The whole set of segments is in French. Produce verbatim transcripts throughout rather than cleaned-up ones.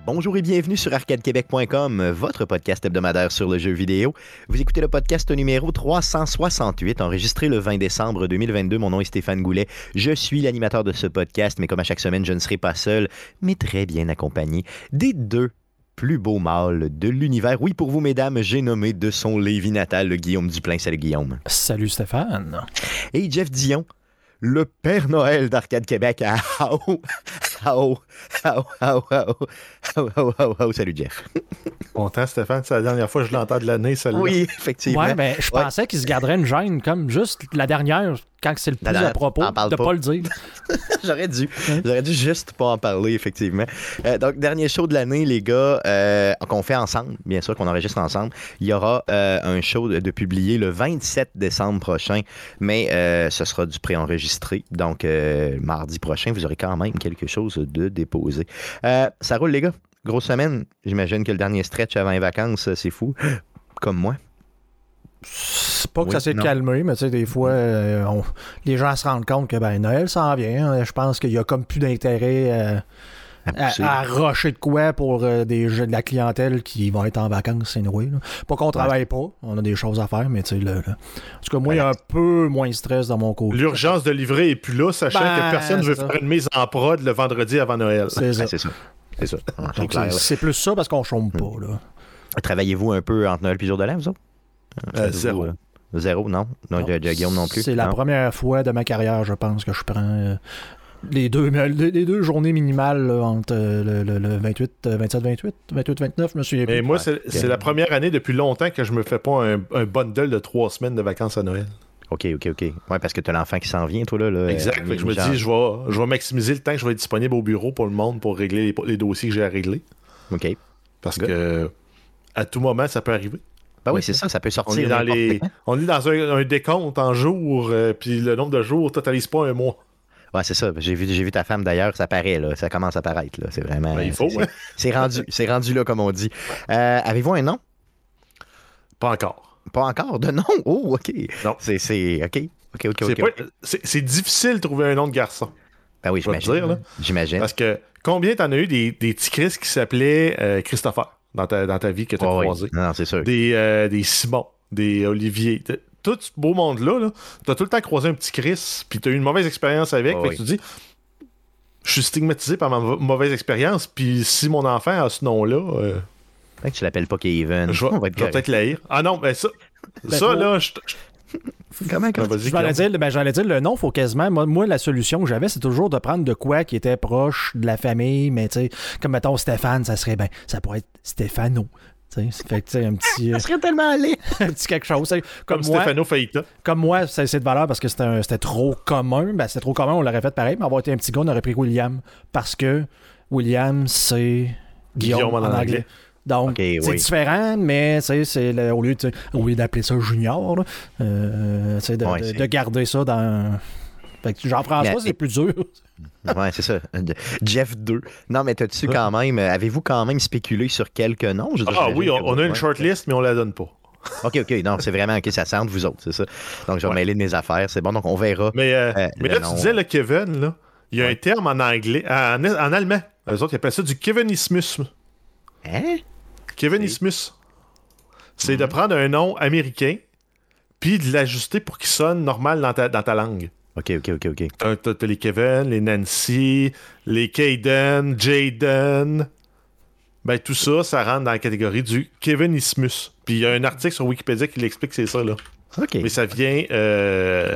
Bonjour et bienvenue sur arcade québec point com, votre podcast hebdomadaire sur le jeu vidéo. Vous écoutez le podcast numéro trois cent soixante-huit, enregistré le vingt décembre deux mille vingt-deux. Mon nom est Stéphane Goulet. Je suis l'animateur de ce podcast, mais comme à chaque semaine, je ne serai pas seul, mais très bien accompagné des deux plus beaux mâles de l'univers. Oui, pour vous, mesdames, j'ai nommé de son Lévis natal, le Guillaume Duplain. Salut, Guillaume. Salut, Stéphane. Et Jeff Dion, le Père Noël d'Arcade Québec. Ah, oh, oh, oh, oh, oh, oh, oh, oh, oh. Salut, Jeff. Content, Stéphane. C'est la dernière fois que je l'entends de l'année, celle-là. Oui, effectivement. Ouais, mais je Ouais. pensais qu'il se garderait une gêne comme juste la dernière, quand c'est le plus dernière, à propos, t'en parles de pas. pas le dire. J'aurais dû. J'aurais dû juste pas en parler, effectivement. Euh, donc, dernier show de l'année, les gars, euh, qu'on fait ensemble, bien sûr, qu'on enregistre ensemble. Il y aura euh, un show de, de publié le vingt-sept décembre prochain, mais euh, ce sera du préenregistré. Donc, euh, mardi prochain, vous aurez quand même quelque chose de déposé. Euh, ça roule, les gars. Grosse semaine. J'imagine que le dernier stretch avant les vacances, c'est fou. Comme moi. C'est pas que Oui, ça s'est non. calmé, mais tu sais, des fois, euh, on- les gens se rendent compte que ben Noël s'en vient. hein. Je pense qu'il y a comme plus d'intérêt euh, À à, pousser. à rusher de quoi pour euh, des jeux de la clientèle qui vont être en vacances, anyway, là. Pas qu'on travaille pas, on a des choses à faire, mais tu sais, là, là. En tout cas, moi, il y a un peu moins de stress dans mon côté. L'urgence de livrer est plus là, sachant Ben, que personne ne veut c'est ça. faire une mise en prod le vendredi avant Noël. C'est ça. Ah, c'est ça. C'est ça. Ah, c'est Donc, clair, c'est, là. c'est plus ça parce qu'on chôme pas, là. Travaillez-vous un peu entre Noël et jour de l'an, vous autres? Euh, Faites-vous, zéro. euh, Zéro, non? Non, Non. de, de Guillaume non plus? C'est la non? première fois de ma carrière, je pense, que je prends euh, les, deux, les, les deux journées minimales là, entre euh, le, le, le vingt-huit, euh, vingt-sept, vingt-huit, vingt-huit, vingt-neuf, je me souviens Mais plus. moi, c'est, c'est la première année depuis longtemps que je me fais pas un, un bundle de trois semaines de vacances à Noël. OK, OK, OK. Ouais, parce que t'as l'enfant qui s'en vient, toi, là. là Exact. euh, Fait que je me genre- dis, je vais, je vais maximiser le temps que je vais être disponible au bureau pour le monde pour régler les, les dossiers que j'ai à régler. OK. Parce Good. que à tout moment, ça peut arriver. Ben oui, Ouais, c'est ça. ça, ça peut On sortir est dans, n'importe les, quand. on est dans un, un décompte en jours, euh, puis le nombre de jours totalise pas un mois. Ouais, c'est ça. J'ai vu, j'ai vu ta femme, d'ailleurs, ça paraît, là. Ça commence à paraître, là. C'est vraiment... Ben, il faut, c'est, hein. c'est, c'est rendu, c'est rendu là, comme on dit. Euh, avez-vous un nom? Pas encore. Pas encore de nom? Oh, OK. Non. C'est... c'est OK. OK, OK, C'est, OK. pas- OK. c'est- c'est difficile de trouver un nom de garçon. Ben oui, je vais te j'imagine. dire, là. J'imagine. Parce que combien t'en as eu des, des petits Chris qui s'appelaient euh, Christopher dans ta, dans ta vie que t'as Oh, oui. croisé? Non, non, c'est sûr. Des, euh, des Simon, des Olivier. T- Tout ce beau monde-là, là, t'as tout le temps croisé un petit Chris, puis t'as eu une mauvaise expérience avec. Oh, fait oui. que tu te dis, je suis stigmatisé par ma mo- mauvaise expérience, puis si mon enfant a ce nom-là, euh, Fait que tu l'appelles pas Kevin. je vais, On va être je vais correct. peut-être l'haïr. Ah non, ben ça, Ben, ça faut- là, je. je- Comment, comment? Vas-y, Je vais aller Guillaume. dire, ben, j'allais dire le nom, faut quasiment. Moi, moi, la solution que j'avais, c'est toujours de prendre de quoi qui était proche de la famille, mais tu sais, comme mettons Stéphane, ça serait ben, ça pourrait être Stéphano. Tu sais, ça fait que tu sais, un petit, Ça serait tellement allé. un petit quelque chose. tu sais, Comme, Comme moi, Stefano Faita. comme moi, c'est, c'est de valeur parce que c'était, un- c'était trop commun. Ben, c'était trop commun, on l'aurait fait pareil, mais avoir été un petit gars, on aurait pris William. Parce que William, c'est Guillaume, Guillaume en en anglais. anglais. Donc, Ok, c'est oui. différent, mais tu sais, c'est le- au, lieu de, au lieu d'appeler ça Junior, là, euh, tu sais, de, Ouais, de- c'est- de garder ça dans. Fait que Jean-François, Mais- c'est plus dur. Ouais, c'est ça. De- Jeff deux. Non, mais t'as-tu quand même... euh, Avez-vous quand même spéculé sur quelques noms? Je veux dire, Ah j'imagine oui, que on, on a ouais. une shortlist, mais on la donne pas. OK, OK. Non, c'est vraiment... OK, ça sent de vous autres, c'est ça. Donc, je vais Ouais. mêler de mes affaires. C'est bon, donc on verra. Mais, euh, Euh, mais le là, nom, tu disais, là, Kevin, là, il y a Ouais. un terme en anglais, en, en allemand. Eux autres, ils appellent ça du Kevinismus. Hein? Kevinismus. C'est Mhm. de prendre un nom américain puis de l'ajuster pour qu'il sonne normal dans ta, dans ta langue. OK, OK, OK, OK. T'as, t'as- t'as les Kevin, les Nancy, les Caden, Jaden. Ben, tout ça, ça rentre dans la catégorie du Kevinismus. Puis il y a un article sur Wikipédia qui l'explique que c'est ça, là. OK. Mais ça vient... euh,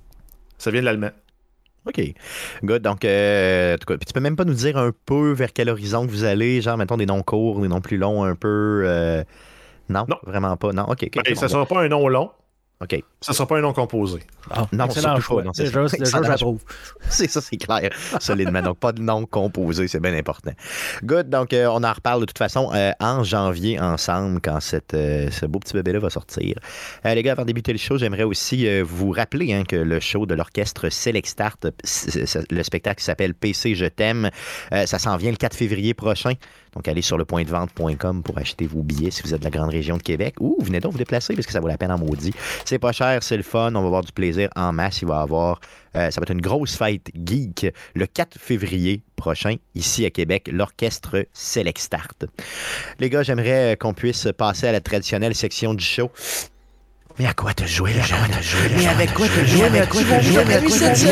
ça vient de l'allemand. OK. Good. Donc, euh, en tout cas, puis tu peux même pas nous dire un peu vers quel horizon que vous allez, genre, mettons, des noms courts, des noms plus longs un peu. euh, Non, Non. vraiment pas. Non, OK. OK, Ben, c'est ça bon, sera pas un nom long, OK. ça sera pas un nom composé. Ah, Non, excellent surtout choix. pas, non, c'est déjà, ça. déjà, Ça j'approuve. C'est ça, c'est clair, solidement. Donc, pas de nom composé, c'est bien important. Good, donc euh, on en reparle de toute façon euh, en janvier ensemble quand cette, euh, ce beau petit bébé-là va sortir. Euh, les gars, avant de débuter le show, j'aimerais aussi euh, vous rappeler hein, que le show de l'orchestre Select Start, c- c- le spectacle qui s'appelle P C Je t'aime, euh, ça s'en vient le quatre février prochain. Donc, allez sur le point de vente point com pour acheter vos billets si vous êtes de la grande région de Québec. Ou venez donc vous déplacer parce que ça vaut la peine en maudit. C'est pas cher, c'est le fun. On va avoir du plaisir en masse. Il va y avoir... Euh, ça va être une grosse fête geek le quatre février prochain, ici à Québec, l'orchestre Select Start. Les gars, j'aimerais qu'on puisse passer à la traditionnelle section du show. Mais à quoi te jouer, le jeune? Mais avec quoi te jouer? Mais à quoi te jouer? Mais à quoi te jouer?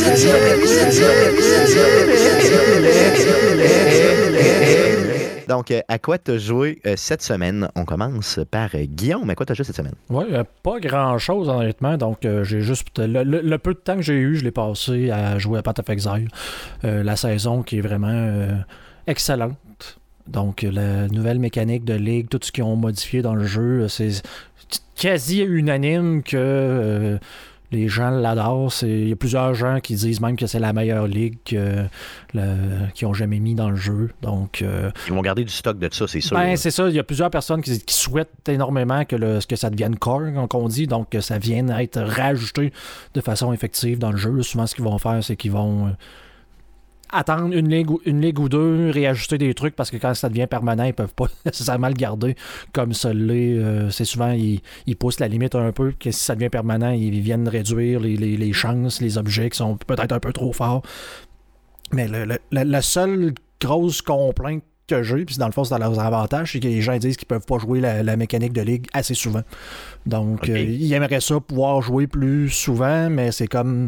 Donc, à quoi t'as joué euh, cette semaine? On commence par euh, Guillaume. À quoi t'as joué cette semaine? Oui, euh, pas grand-chose, honnêtement. Donc, euh, j'ai juste... Le, le, le peu de temps que j'ai eu, je l'ai passé à jouer à Path of Exile. Euh, la saison qui est vraiment euh, excellente. Donc, la nouvelle mécanique de Ligue, tout ce qu'ils ont modifié dans le jeu, c'est quasi unanime que... Euh, les gens l'adorent. Il y a plusieurs gens qui disent même que c'est la meilleure ligue que, le, qu'ils ont jamais mis dans le jeu. Donc, euh, ils vont garder du stock de ça, c'est sûr. Ben, c'est ça. Il y a plusieurs personnes qui, qui souhaitent énormément que, le, que ça devienne core, comme on dit, donc que ça vienne être rajouté de façon effective dans le jeu. Là, souvent, ce qu'ils vont faire, c'est qu'ils vont... Euh, attendre une ligue, une ligue ou deux, réajuster des trucs parce que quand ça devient permanent, ils peuvent pas nécessairement le garder comme ça l'est. Euh, c'est souvent, ils, ils poussent la limite un peu, que si ça devient permanent, ils viennent réduire les, les, les chances, les objets qui sont peut-être un peu trop forts. Mais le, le, la, la seule grosse complainte que j'ai, puis dans le fond, c'est dans leurs avantages, c'est que les gens disent qu'ils peuvent pas jouer la, la mécanique de ligue assez souvent. Donc, okay. euh, ils aimeraient ça pouvoir jouer plus souvent, mais c'est comme...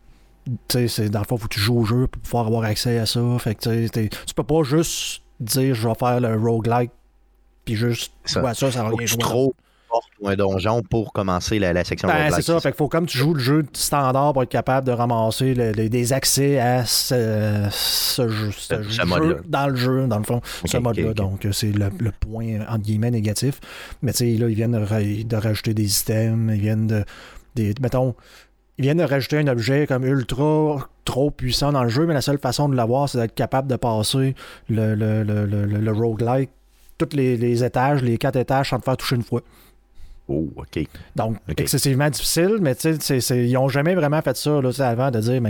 Tu sais, dans le fond, il faut que tu joues au jeu pour pouvoir avoir accès à ça. Fait que tu peux pas juste dire je vais faire le roguelike puis juste ça. jouer à ça, ça va rien jouer. Trop ou un donjon pour commencer la, la section ben, roguelike. C'est ça, ça. Fait qu'il faut comme tu joues le jeu standard pour être capable de ramasser le, le, des accès à ce, ce jeu, ce ce jeu mode dans le jeu, dans le fond, okay, ce mode-là. Okay, okay. Donc, c'est le, le point, entre guillemets, négatif. Mais tu sais, là, ils viennent de, de rajouter des items, ils viennent de... Des, mettons... Ils viennent de rajouter un objet comme ultra trop puissant dans le jeu, mais la seule façon de l'avoir, c'est d'être capable de passer le, le, le, le, le roguelike, tous les, les étages, les quatre étages sans te faire toucher une fois. Oh, OK. Donc, okay. excessivement difficile, mais tu sais, ils n'ont jamais vraiment fait ça là, avant de dire, mais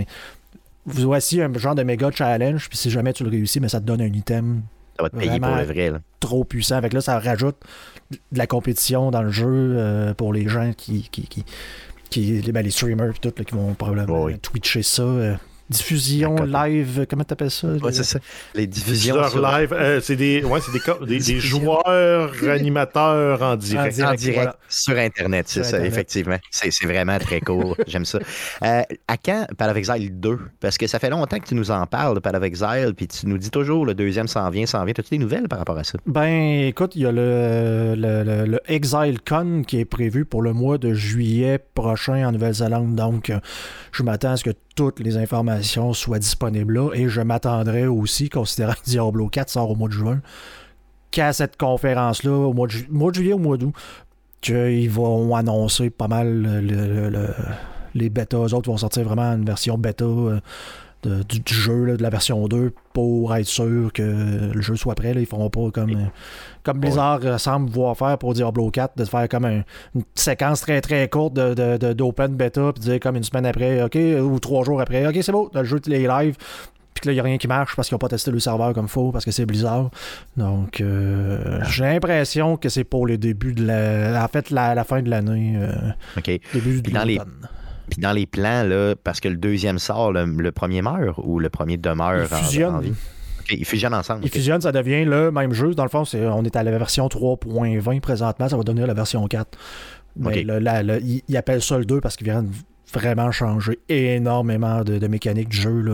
voici un genre de méga challenge, puis si jamais tu le réussis, mais ça te donne un item. Ça va te payer pour le vrai. Là. Trop puissant. Avec là, ça rajoute de la compétition dans le jeu euh, pour les gens qui... qui, qui Qui, ben, les streamers et tout, là, qui vont probablement oh oui. twitcher ça. Euh, diffusion live, comment t'appelles ça? Ouais, c'est ça. Les diffusions sur... live, euh, c'est des, ouais, c'est des, des, des joueurs animateurs en direct. En direct, en direct voilà. Sur Internet, c'est sur ça, Internet. Effectivement. C'est, c'est vraiment très cool. J'aime ça. Euh, à quand Path of Exile deux? Parce que ça fait longtemps que tu nous en parles de Path of Exile, puis tu nous dis toujours le deuxième s'en vient, s'en vient. As-tu des nouvelles par rapport à ça? Ben, écoute, il y a le, le, le, le ExileCon qui est prévu pour le mois de juillet prochain en Nouvelle-Zélande. Donc, je m'attends à ce que toutes les informations soient disponibles là et je m'attendrais aussi, considérant que Diablo quatre sort au mois de juin, qu'à cette conférence-là, au mois de, ju- mois de juillet ou au mois d'août, qu'ils vont annoncer pas mal le, le, le, les bêtas. Eux autres vont sortir vraiment une version bêta euh, de, du, du jeu, là, de la version deux, pour être sûr que le jeu soit prêt. Là. Ils feront pas comme, euh, comme Blizzard ouais. semble vouloir faire pour Diablo quatre, de faire comme un, une séquence très très courte de, de, de, d'open bêta, puis dire comme une semaine après, OK, ou trois jours après, OK, c'est beau, le jeu est live. Puis que là, il n'y a rien qui marche parce qu'ils n'ont pas testé le serveur comme il faut, parce que c'est Blizzard. Donc, euh, j'ai l'impression que c'est pour le début de la... En fait, la, la fin de l'année. Euh, OK. Début de dans les... Puis dans les plans, là, parce que le deuxième sort, le, le premier meurt ou le premier demeure il fusionne. En, en vie? OK, ils fusionnent ensemble. Ils okay. fusionnent, ça devient le même jeu. Dans le fond, c'est, on est à la version trois point vingt présentement, ça va devenir la version quatre. Mais okay. le, la, le, ils, ils appellent ça le deux parce qu'ils viennent vraiment changer énormément de, de mécanique du jeu. Là,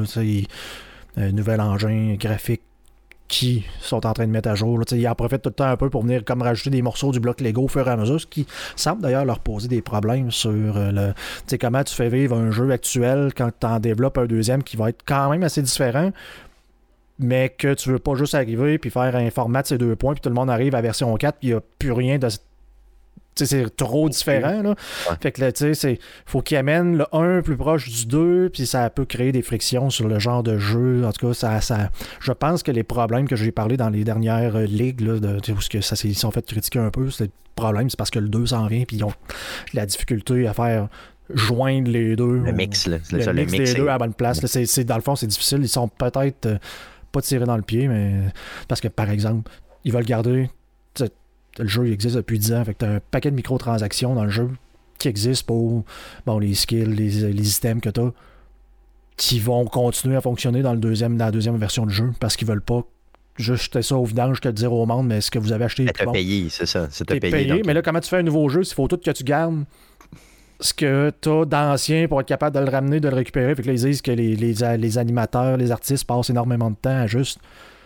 un nouvel engin graphique qui sont en train de mettre à jour. Là. Ils en profitent tout le temps un peu pour venir comme rajouter des morceaux du bloc Lego au fur et à mesure, ce qui semble d'ailleurs leur poser des problèmes sur euh, le, t'sais, comment tu fais vivre un jeu actuel quand tu en développes un deuxième qui va être quand même assez différent, mais que tu veux pas juste arriver puis faire un format de ces deux points puis tout le monde arrive à version quatre puis il n'y a plus rien de... T'sais, c'est trop différent. Là. Ouais. Fait que là, tu sais, il faut qu'il amène le un plus proche du deux, puis ça peut créer des frictions sur le genre de jeu. En tout cas, ça, ça, je pense que les problèmes que j'ai parlé dans les dernières euh, ligues, là, de, où que ça, ils sont fait critiquer un peu, c'est le problème, c'est parce que le deux s'en vient, puis ils ont la difficulté à faire joindre les deux. Le mix, là. Le, ça, le mix le mix des deux à la bonne place. Là, c'est, c'est, dans le fond, c'est difficile. Ils sont peut-être... Euh, pas tirer dans le pied, mais parce que, par exemple, ils veulent garder... Le jeu il existe depuis dix ans, fait que t'as un paquet de microtransactions dans le jeu qui existent pour bon, les skills, les, les items que t'as, qui vont continuer à fonctionner dans, le deuxième, dans la deuxième version du jeu, parce qu'ils veulent pas juste jeter ça au vidange que de dire au monde, mais ce que vous avez acheté... T'as bon. payé, c'est ça. C'est t'as payé, payé donc... mais là, comment tu fais un nouveau jeu, il faut tout que tu gardes ce que t'as d'ancien pour être capable de le ramener, de le récupérer. Fait que là, ils disent que les, les, les animateurs, les artistes passent énormément de temps à juste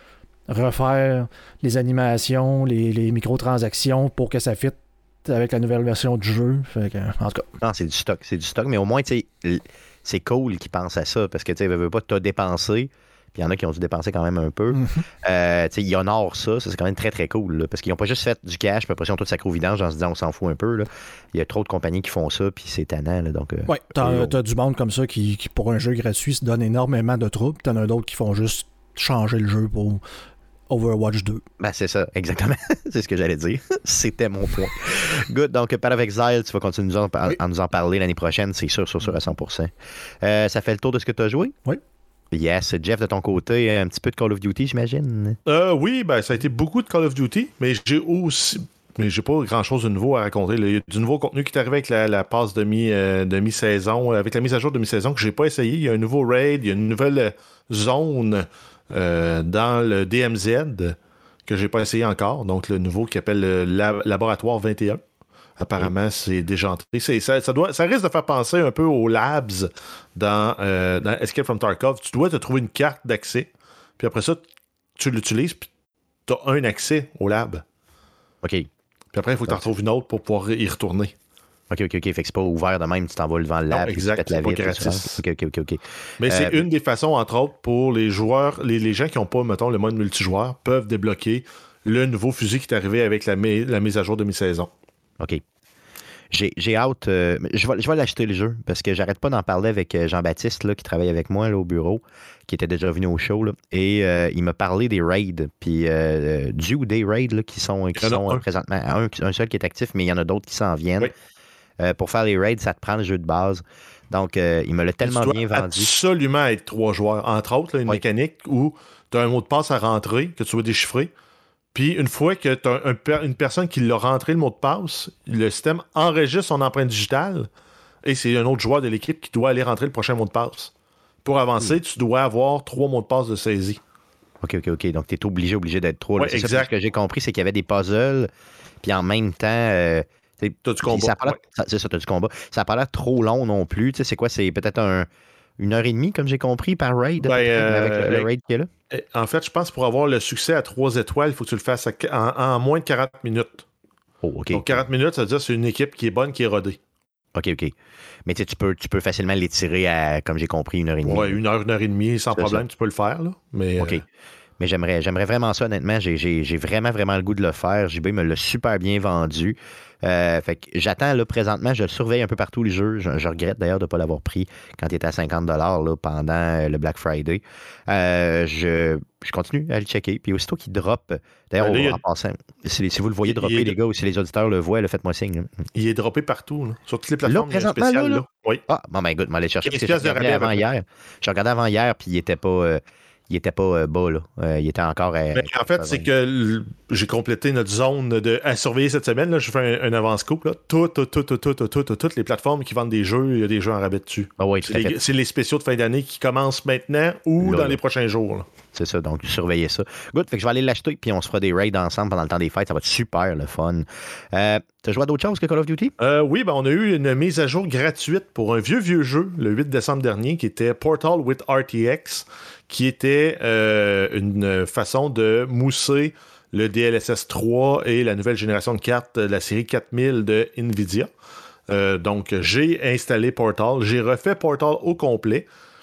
refaire les animations, les, les microtransactions pour que ça fitte avec la nouvelle version du jeu. Fait que, en tout cas. Non, c'est du stock, c'est du stock, mais au moins, tu sais, c'est cool qu'ils pensent à ça parce que, tu sais, veux pas, t'as dépensé, puis il y en a qui ont dû dépenser quand même un peu. Mm-hmm. Euh, tu sais, ils honorent ça, ça c'est quand même très, très cool, là, parce qu'ils n'ont pas juste fait du cash, puis après, ils ont tout sacré au vidange en se disant on s'en fout un peu, là. Il y a trop de compagnies qui font ça, puis c'est tannant, là, donc... Euh, ouais, t'as, euh, t'as du monde comme ça qui, qui, pour un jeu gratuit, se donne énormément de troubles, t'en as d'autres qui font juste changer le jeu pour... Overwatch deux. Ben, c'est ça, exactement. C'est ce que j'allais dire. C'était mon point. Good. Donc, Path of Exile, tu vas continuer à, oui. à nous en parler l'année prochaine, c'est sûr, sûr, sûr, à cent pour cent. Euh, ça fait le tour de ce que tu as joué? Oui. Yes. Jeff, de ton côté, un petit peu de Call of Duty, j'imagine? Euh, oui, ben, ça a été beaucoup de Call of Duty, mais j'ai aussi... Mais j'ai pas grand-chose de nouveau à raconter. Il y a du nouveau contenu qui est arrivé avec la, la passe de, mi, euh, de mi-saison, avec la mise à jour de mi-saison que j'ai pas essayé. Il y a un nouveau raid, il y a une nouvelle zone... Euh, dans le D M Z que j'ai pas essayé encore, donc le nouveau qui appelle le Lab- Laboratoire vingt et un. Apparemment, oui. c'est déjanté. C'est, ça, ça, doit, ça risque de faire penser un peu aux labs dans, euh, dans Escape from Tarkov. Tu dois te trouver une carte d'accès, puis après ça, tu l'utilises, puis tu as un accès au lab. OK. Puis après, il faut que tu en trouves une autre pour pouvoir y retourner. OK, OK, OK. Fait que c'est pas ouvert de même, tu t'en vas devant le lab. Non, exact, tu la c'est pas vitre, gratis. OK, OK, OK, OK. Mais euh, c'est une des façons, entre autres, pour les joueurs, les, les gens qui n'ont pas, mettons, le mode multijoueur, peuvent débloquer le nouveau fusil qui est arrivé avec la, mi- la mise à jour de mi-saison. OK. J'ai, j'ai hâte. Euh, je, vais, je vais l'acheter le jeu parce que j'arrête pas d'en parler avec Jean-Baptiste là, qui travaille avec moi là, au bureau, qui était déjà venu au show. Là, et euh, il m'a parlé des raids, puis euh, du ou des raids là, qui sont, qui sont euh, présentement. Un, un seul qui est actif, mais il y en a d'autres qui s'en viennent. Oui. Euh, pour faire les raids, ça te prend le jeu de base. Donc, euh, il me l'a tellement bien vendu. Absolument être trois joueurs. Entre autres, là, une oui. mécanique où tu as un mot de passe à rentrer, que tu dois déchiffrer. Puis, une fois que tu as un, une personne qui l'a rentré, le mot de passe, le système enregistre son empreinte digitale et c'est un autre joueur de l'équipe qui doit aller rentrer le prochain mot de passe. Pour avancer, oui. tu dois avoir trois mots de passe de saisie. OK, OK, OK. Donc, tu es obligé, obligé d'être trois. Oui, c'est exact. Ça, ce que j'ai compris, c'est qu'il y avait des puzzles, puis en même temps... Euh, T'as du combat. Ça ouais. ça, c'est ça, t'as du combat. Ça n'a pas l'air trop long non plus. Tu sais, c'est quoi? C'est peut-être un, une heure et demie, comme j'ai compris, par raid, ben, euh, avec le, le raid qui est là? En fait, je pense pour avoir le succès à trois étoiles, il faut que tu le fasses en, en moins de quarante minutes. Oh, OK. Donc, quarante minutes, ça veut dire que c'est une équipe qui est bonne, qui est rodée. OK, OK. Mais tu peux, tu peux facilement l'étirer à, comme j'ai compris, une heure et demie. Oui, une heure, une heure et demie, sans c'est problème, ça. Tu peux le faire. Là. Mais, OK. Euh... Mais j'aimerais, j'aimerais vraiment ça, honnêtement. J'ai, j'ai, j'ai vraiment, vraiment le goût de le faire. J B me l'a super bien vendu. Euh, fait que j'attends, là, présentement, je surveille un peu partout le jeu. Je, je regrette d'ailleurs de ne pas l'avoir pris quand il était à cinquante dollars là, pendant le Black Friday. Euh, je, je continue à le checker. Puis aussitôt qu'il drop, d'ailleurs, ben là, en a... passant, si, si vous le voyez dropper, est... les gars, ou si les auditeurs le voient, là, faites-moi signe. Là. Il est droppé partout, là, sur toutes les plateformes. Là, présentement, spéciales, là, là. là. Oui. Ah, bon, ben, écoute, m'aller chercher. Parce que j'ai regardé avant hier. J'ai regardé avant hier, puis il n'était pas... Euh, il était pas euh, bas, là. Euh, il était encore... Euh, Mais en fait, c'est que l- j'ai complété notre zone de, à surveiller cette semaine. Là. Je fais un, un avance-coupe. Là. Tout, tout, tout, tout, tout, tout, tout, tout, toutes les plateformes qui vendent des jeux, il y a des jeux en rabais dessus. Ah oui, c'est, les, c'est les spéciaux de fin d'année qui commencent maintenant ou là, dans là. les prochains jours. Là. C'est ça, donc surveillez ça. Good, fait que je vais aller l'acheter, puis on se fera des raids ensemble pendant le temps des fêtes. Ça va être super, le fun. Euh, t'as joué à d'autres choses que Call of Duty? Euh, oui, ben, on a eu une mise à jour gratuite pour un vieux, vieux jeu, le huit décembre dernier, qui était Portal with R T X, qui était euh, une façon de mousser le D L S S trois et la nouvelle génération de cartes de la série quatre mille de NVIDIA. Euh, donc, j'ai installé Portal, j'ai refait Portal au complet.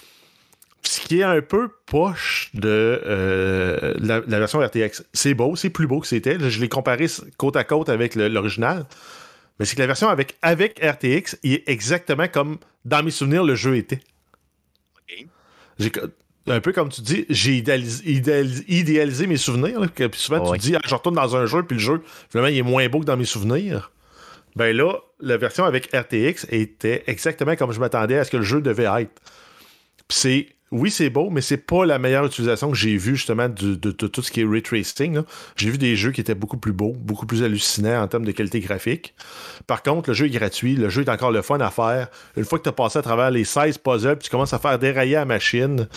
Ce qui est un peu poche de euh, la, la version R T X. C'est beau, c'est plus beau que c'était. Je l'ai comparé côte à côte avec le, l'original. Mais c'est que la version avec, avec R T X, il est exactement comme dans mes souvenirs, le jeu était. OK. J'ai, un peu comme tu dis, j'ai idéalisé, idéalisé, idéalisé mes souvenirs. Là, puis souvent, oh, tu oui. te dis, ah, je retourne dans un jeu, puis le jeu, finalement, il est moins beau que dans mes souvenirs. Ben là, la version avec R T X était exactement comme je m'attendais à ce que le jeu devait être. Puis c'est oui, c'est beau, mais c'est pas la meilleure utilisation que j'ai vue justement de, de, de tout ce qui est ray tracing. Là. J'ai vu des jeux qui étaient beaucoup plus beaux, beaucoup plus hallucinants en termes de qualité graphique. Par contre, le jeu est gratuit, le jeu est encore le fun à faire. Une fois que tu as passé à travers les seize puzzles, puis tu commences à faire dérailler la machine,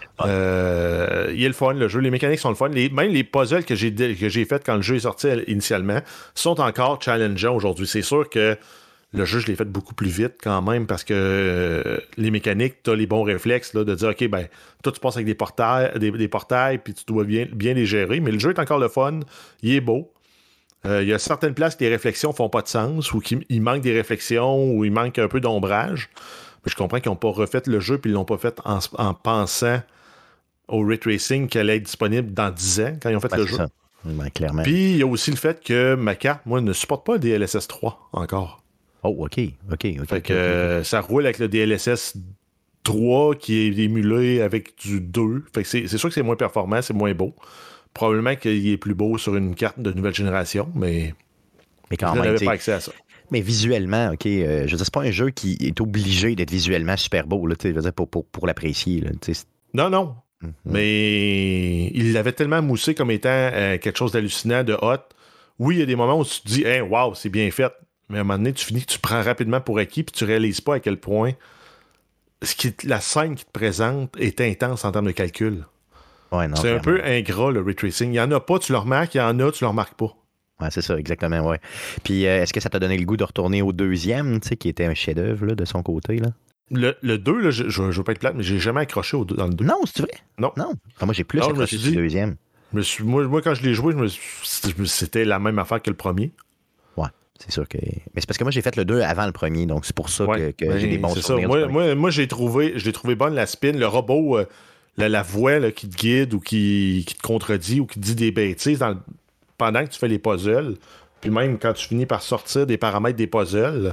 euh, il est le fun, le jeu. Les mécaniques sont le fun. Les, même les puzzles que j'ai, que j'ai fait quand le jeu est sorti initialement sont encore challengeants aujourd'hui. C'est sûr que le jeu, je l'ai fait beaucoup plus vite quand même parce que euh, les mécaniques, tu as les bons réflexes là, de dire, OK, ben, toi, tu passes avec des portails, des, des portails puis tu dois bien, bien les gérer. Mais le jeu est encore le fun. Il est beau. Euh, il y a certaines places que les réflexions font pas de sens ou qu'il il manque des réflexions ou il manque un peu d'ombrage. Mais je comprends qu'ils n'ont pas refait le jeu puis ils l'ont pas fait en, en pensant au ray tracing qu'elle allait être disponible dans dix ans quand ils ont fait Ouais, le c'est jeu. ça. Ben, clairement. Puis il y a aussi le fait que ma carte, moi, ne supporte pas le D L S S trois encore. Oh, OK, OK, OK. Fait OK, que OK. euh, ça roule avec le D L S S trois qui est émulé avec du deux. Fait que c'est, c'est sûr que c'est moins performant, c'est moins beau. Probablement qu'il est plus beau sur une carte de nouvelle génération, mais, Mais quand je même, n'avais tu pas sais, accès à ça. mais visuellement, OK, euh, je veux dire, c'est pas un jeu qui est obligé d'être visuellement super beau, là, tu sais, je veux dire, pour, pour, pour l'apprécier, là, tu sais. Non, non. Mhm. Mais il l'avait tellement moussé comme étant euh, quelque chose d'hallucinant, de hot. Oui, il y a des moments où tu te dis, hey, wow, c'est bien fait. Mais à un moment donné, tu finis, tu prends rapidement pour acquis, puis tu réalises pas à quel point ce qui, la scène qui te présente est intense en termes de calcul. Ouais, non, C'est un clairement. peu ingrat, le ray tracing. Il y en a pas, tu le remarques. Il y en a, tu le remarques pas. Ouais, c'est ça, exactement, ouais. Puis, euh, est-ce que ça t'a donné le goût de retourner au deuxième, tu sais, qui était un chef-d'œuvre, là, de son côté, là? Le, le deux, là, je, je, je veux pas être plate, mais j'ai jamais accroché au deux- dans le deux. Non, c'est vrai? Non. Non. Enfin, moi, j'ai plus Non, je me accroché suis sur dit- le deuxième. Je me suis- moi, moi, quand je l'ai joué, je me suis- je me- c'était la même affaire que le premier. Ouais, c'est sûr que... Mais c'est parce que moi, j'ai fait le deux avant le premier, donc c'est pour ça Ouais, que, que ben, j'ai des bons c'est ça. souvenirs. du Moi, premier. moi, moi j'ai trouvé, je l'ai trouvé bonne, la spin, le robot, euh, la, la voix là, qui te guide ou qui, qui te contredit ou qui te dit des bêtises dans le- pendant que tu fais les puzzles. Puis même quand tu finis par sortir des paramètres des puzzles,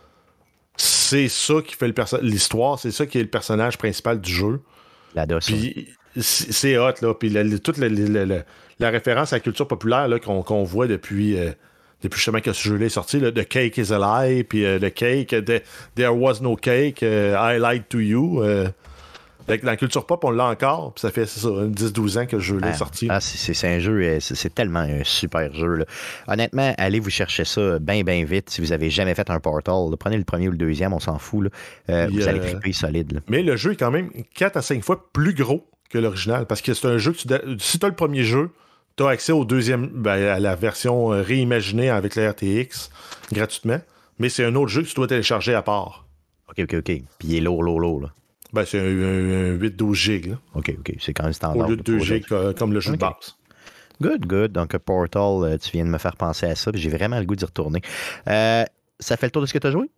c'est ça qui fait le perso- l'histoire, c'est ça qui est le personnage principal du jeu. La D O S. Puis c'est c'est hot, là. Puis la, la- toute la, la- la- la référence à la culture populaire là, qu'on, qu'on voit depuis, euh, depuis justement que ce jeu-là est sorti, là, The Cake is a Lie, puis euh, The Cake, euh, the- There was no cake, euh, I lied to you. euh. Fait que dans la culture pop, on l'a encore, puis ça fait c'est ça, dix douze ans que le jeu-là est Ah, sorti. ah, c'est, c'est- c'est un jeu, euh, c'est, c'est tellement un super jeu, là. Honnêtement, allez vous chercher ça bien, bien vite si vous avez jamais fait un Portal, là. Prenez le premier ou le deuxième, on s'en fout, là. Euh, Puis, vous allez euh, triper solide, là. Mais le jeu est quand même quatre à cinq fois plus gros que l'original, parce que c'est un jeu que tu, si tu as le premier jeu, tu as accès au deuxième, ben, à la version euh, réimaginée avec la R T X gratuitement, mais c'est un autre jeu que tu dois télécharger à part. OK, OK, OK. Puis il est lourd, lourd, lourd, là. Ben, c'est un, un, un huit douze gigs, là, OK, OK. C'est quand même standard. au lieu de deux pour gigs euh, comme le jeu Ok. de base. Good, good. Donc, Portal, euh, tu viens de me faire penser à ça, puis j'ai vraiment le goût d'y retourner. Euh, ça fait le tour de ce que tu as joué?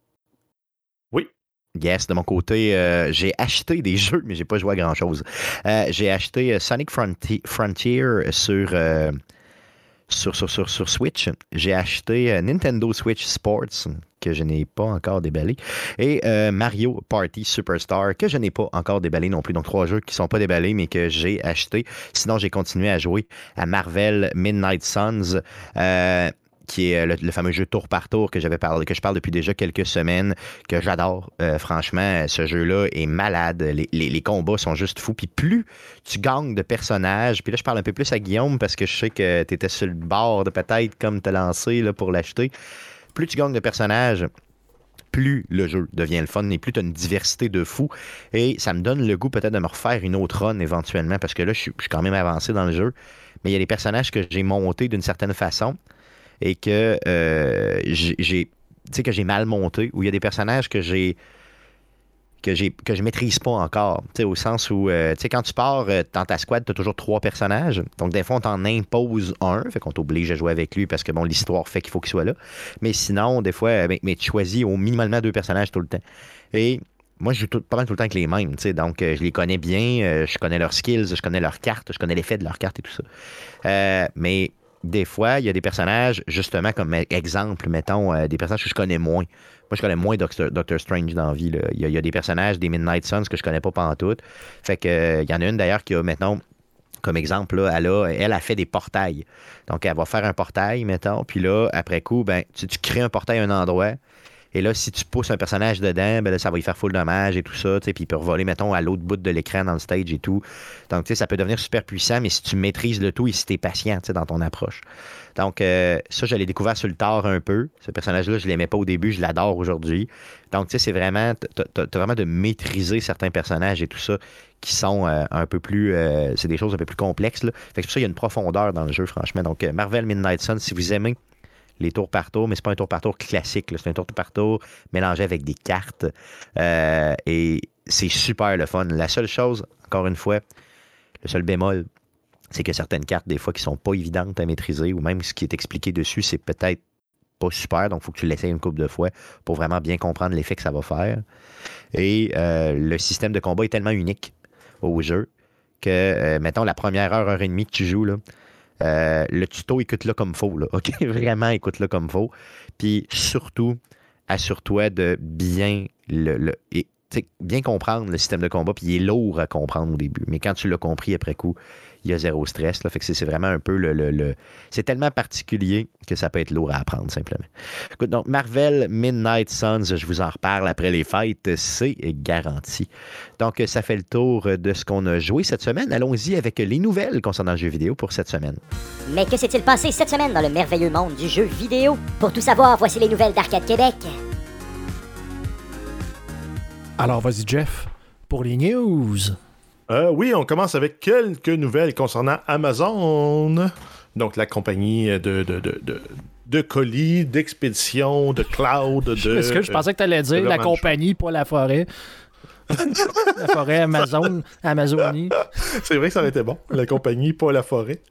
Oui. Yes, de mon côté, euh, j'ai acheté des jeux, mais j'ai pas joué à grand-chose. Euh, j'ai acheté euh, Sonic Fronti- Frontier sur, euh, sur, sur, sur, sur Switch. J'ai acheté euh, Nintendo Switch Sports, que je n'ai pas encore déballé, et euh, Mario Party Superstar, que je n'ai pas encore déballé non plus. Donc, trois jeux qui sont pas déballés, mais que j'ai achetés. Sinon, j'ai continué à jouer à Marvel Midnight Suns, euh, qui est le, le fameux jeu tour par tour que j'avais parlé, que je parle depuis déjà quelques semaines, que j'adore. Euh, franchement, ce jeu-là est malade. Les, les, les combats sont juste fous. Puis plus tu gagnes de personnages, puis là, je parle un peu plus à Guillaume parce que je sais que tu étais sur le bord de peut-être comme te lancer là, pour l'acheter. Plus tu gagnes de personnages, plus le jeu devient le fun et plus tu as une diversité de fous. Et ça me donne le goût peut-être de me refaire une autre run éventuellement parce que là, je suis, je suis quand même avancé dans le jeu. Mais il y a des personnages que j'ai montés d'une certaine façon et que euh, j'ai, j'ai tu sais, que j'ai mal monté, ou il y a des personnages que j'ai que j'ai que je maîtrise pas encore, tu sais, au sens où euh, tu sais, quand tu pars euh, dans ta squad, tu as toujours trois personnages, donc des fois on t'en impose un, fait qu'on t'oblige à jouer avec lui parce que bon, l'histoire fait qu'il faut qu'il soit là, mais sinon des fois ben, mais tu choisis au minimalement deux personnages tout le temps. Et moi, je joue tout, pas mal tout le temps avec les mêmes, tu sais, donc euh, je les connais bien, euh, je connais leurs skills, je connais leurs cartes, je connais l'effet de leurs cartes et tout ça. Euh, mais des fois, il y a des personnages, justement, comme exemple, mettons, euh, des personnages que je connais moins. Moi, je connais moins Doctor, Doctor Strange dans la vie. Là. Il, y a, il y a des personnages des Midnight Suns que je connais pas pantoute. Fait que, euh, il y en a une d'ailleurs qui a, mettons, comme exemple, là, elle, a, elle a fait des portails. Donc, elle va faire un portail, mettons, puis là, après coup, ben, tu, tu crées un portail à un endroit, Et là, si tu pousses un personnage dedans, ben là, ça va y faire full dommage et tout ça. Puis il peut voler, mettons, à l'autre bout de l'écran dans le stage et tout. Donc, tu sais, ça peut devenir super puissant, mais si tu maîtrises le tout et si tu es patient dans ton approche. Donc, euh, ça, je l'ai découvert sur le tard un peu. Ce personnage-là, je ne l'aimais pas au début, je l'adore aujourd'hui. Donc, tu sais, c'est vraiment, tu as vraiment de maîtriser certains personnages et tout ça qui sont euh, un peu plus, euh, c'est des choses un peu plus complexes, là. Fait que pour ça, il y a une profondeur dans le jeu, franchement. Donc, euh, Marvel Midnight Sun, si vous aimez les tours par tour, mais c'est pas un tour par tour classique, là. C'est un tour par tour mélangé avec des cartes. Euh, et c'est super le fun. La seule chose, encore une fois, le seul bémol, c'est que certaines cartes, des fois, qui sont pas évidentes à maîtriser, ou même ce qui est expliqué dessus, c'est peut-être pas super, donc il faut que tu l'essayes une couple de fois pour vraiment bien comprendre l'effet que ça va faire. Et euh, le système de combat est tellement unique au jeu que, euh, mettons, la première heure, heure et demie que tu joues, là, euh, le tuto, écoute-le comme faux, là, OK? Vraiment, écoute-le comme faux. Puis surtout, assure-toi de bien le, le et, bien comprendre le système de combat, puis il est lourd à comprendre au début. Mais quand tu l'as compris après coup, il y a zéro stress. Là, fait que c'est, c'est vraiment un peu le, le, le... C'est tellement particulier que ça peut être lourd à apprendre, simplement. Écoute, donc, Marvel Midnight Suns, je vous en reparle après les fêtes, c'est garanti. Donc, ça fait le tour de ce qu'on a joué cette semaine. Allons-y avec les nouvelles concernant le jeu vidéo pour cette semaine. Mais que s'est-il passé cette semaine dans le merveilleux monde du jeu vidéo? Pour tout savoir, voici les nouvelles d'Arcade Québec. Alors, vas-y, Jeff, pour les news. Euh, oui, on commence avec quelques nouvelles concernant Amazon. Donc, la compagnie de, de, de, de, de colis, d'expédition, de cloud, de... Est-ce que je pensais que tu allais dire la compagnie, pas la forêt. La forêt Amazon, Amazonie. C'est vrai que ça aurait été bon. La compagnie, pas la forêt.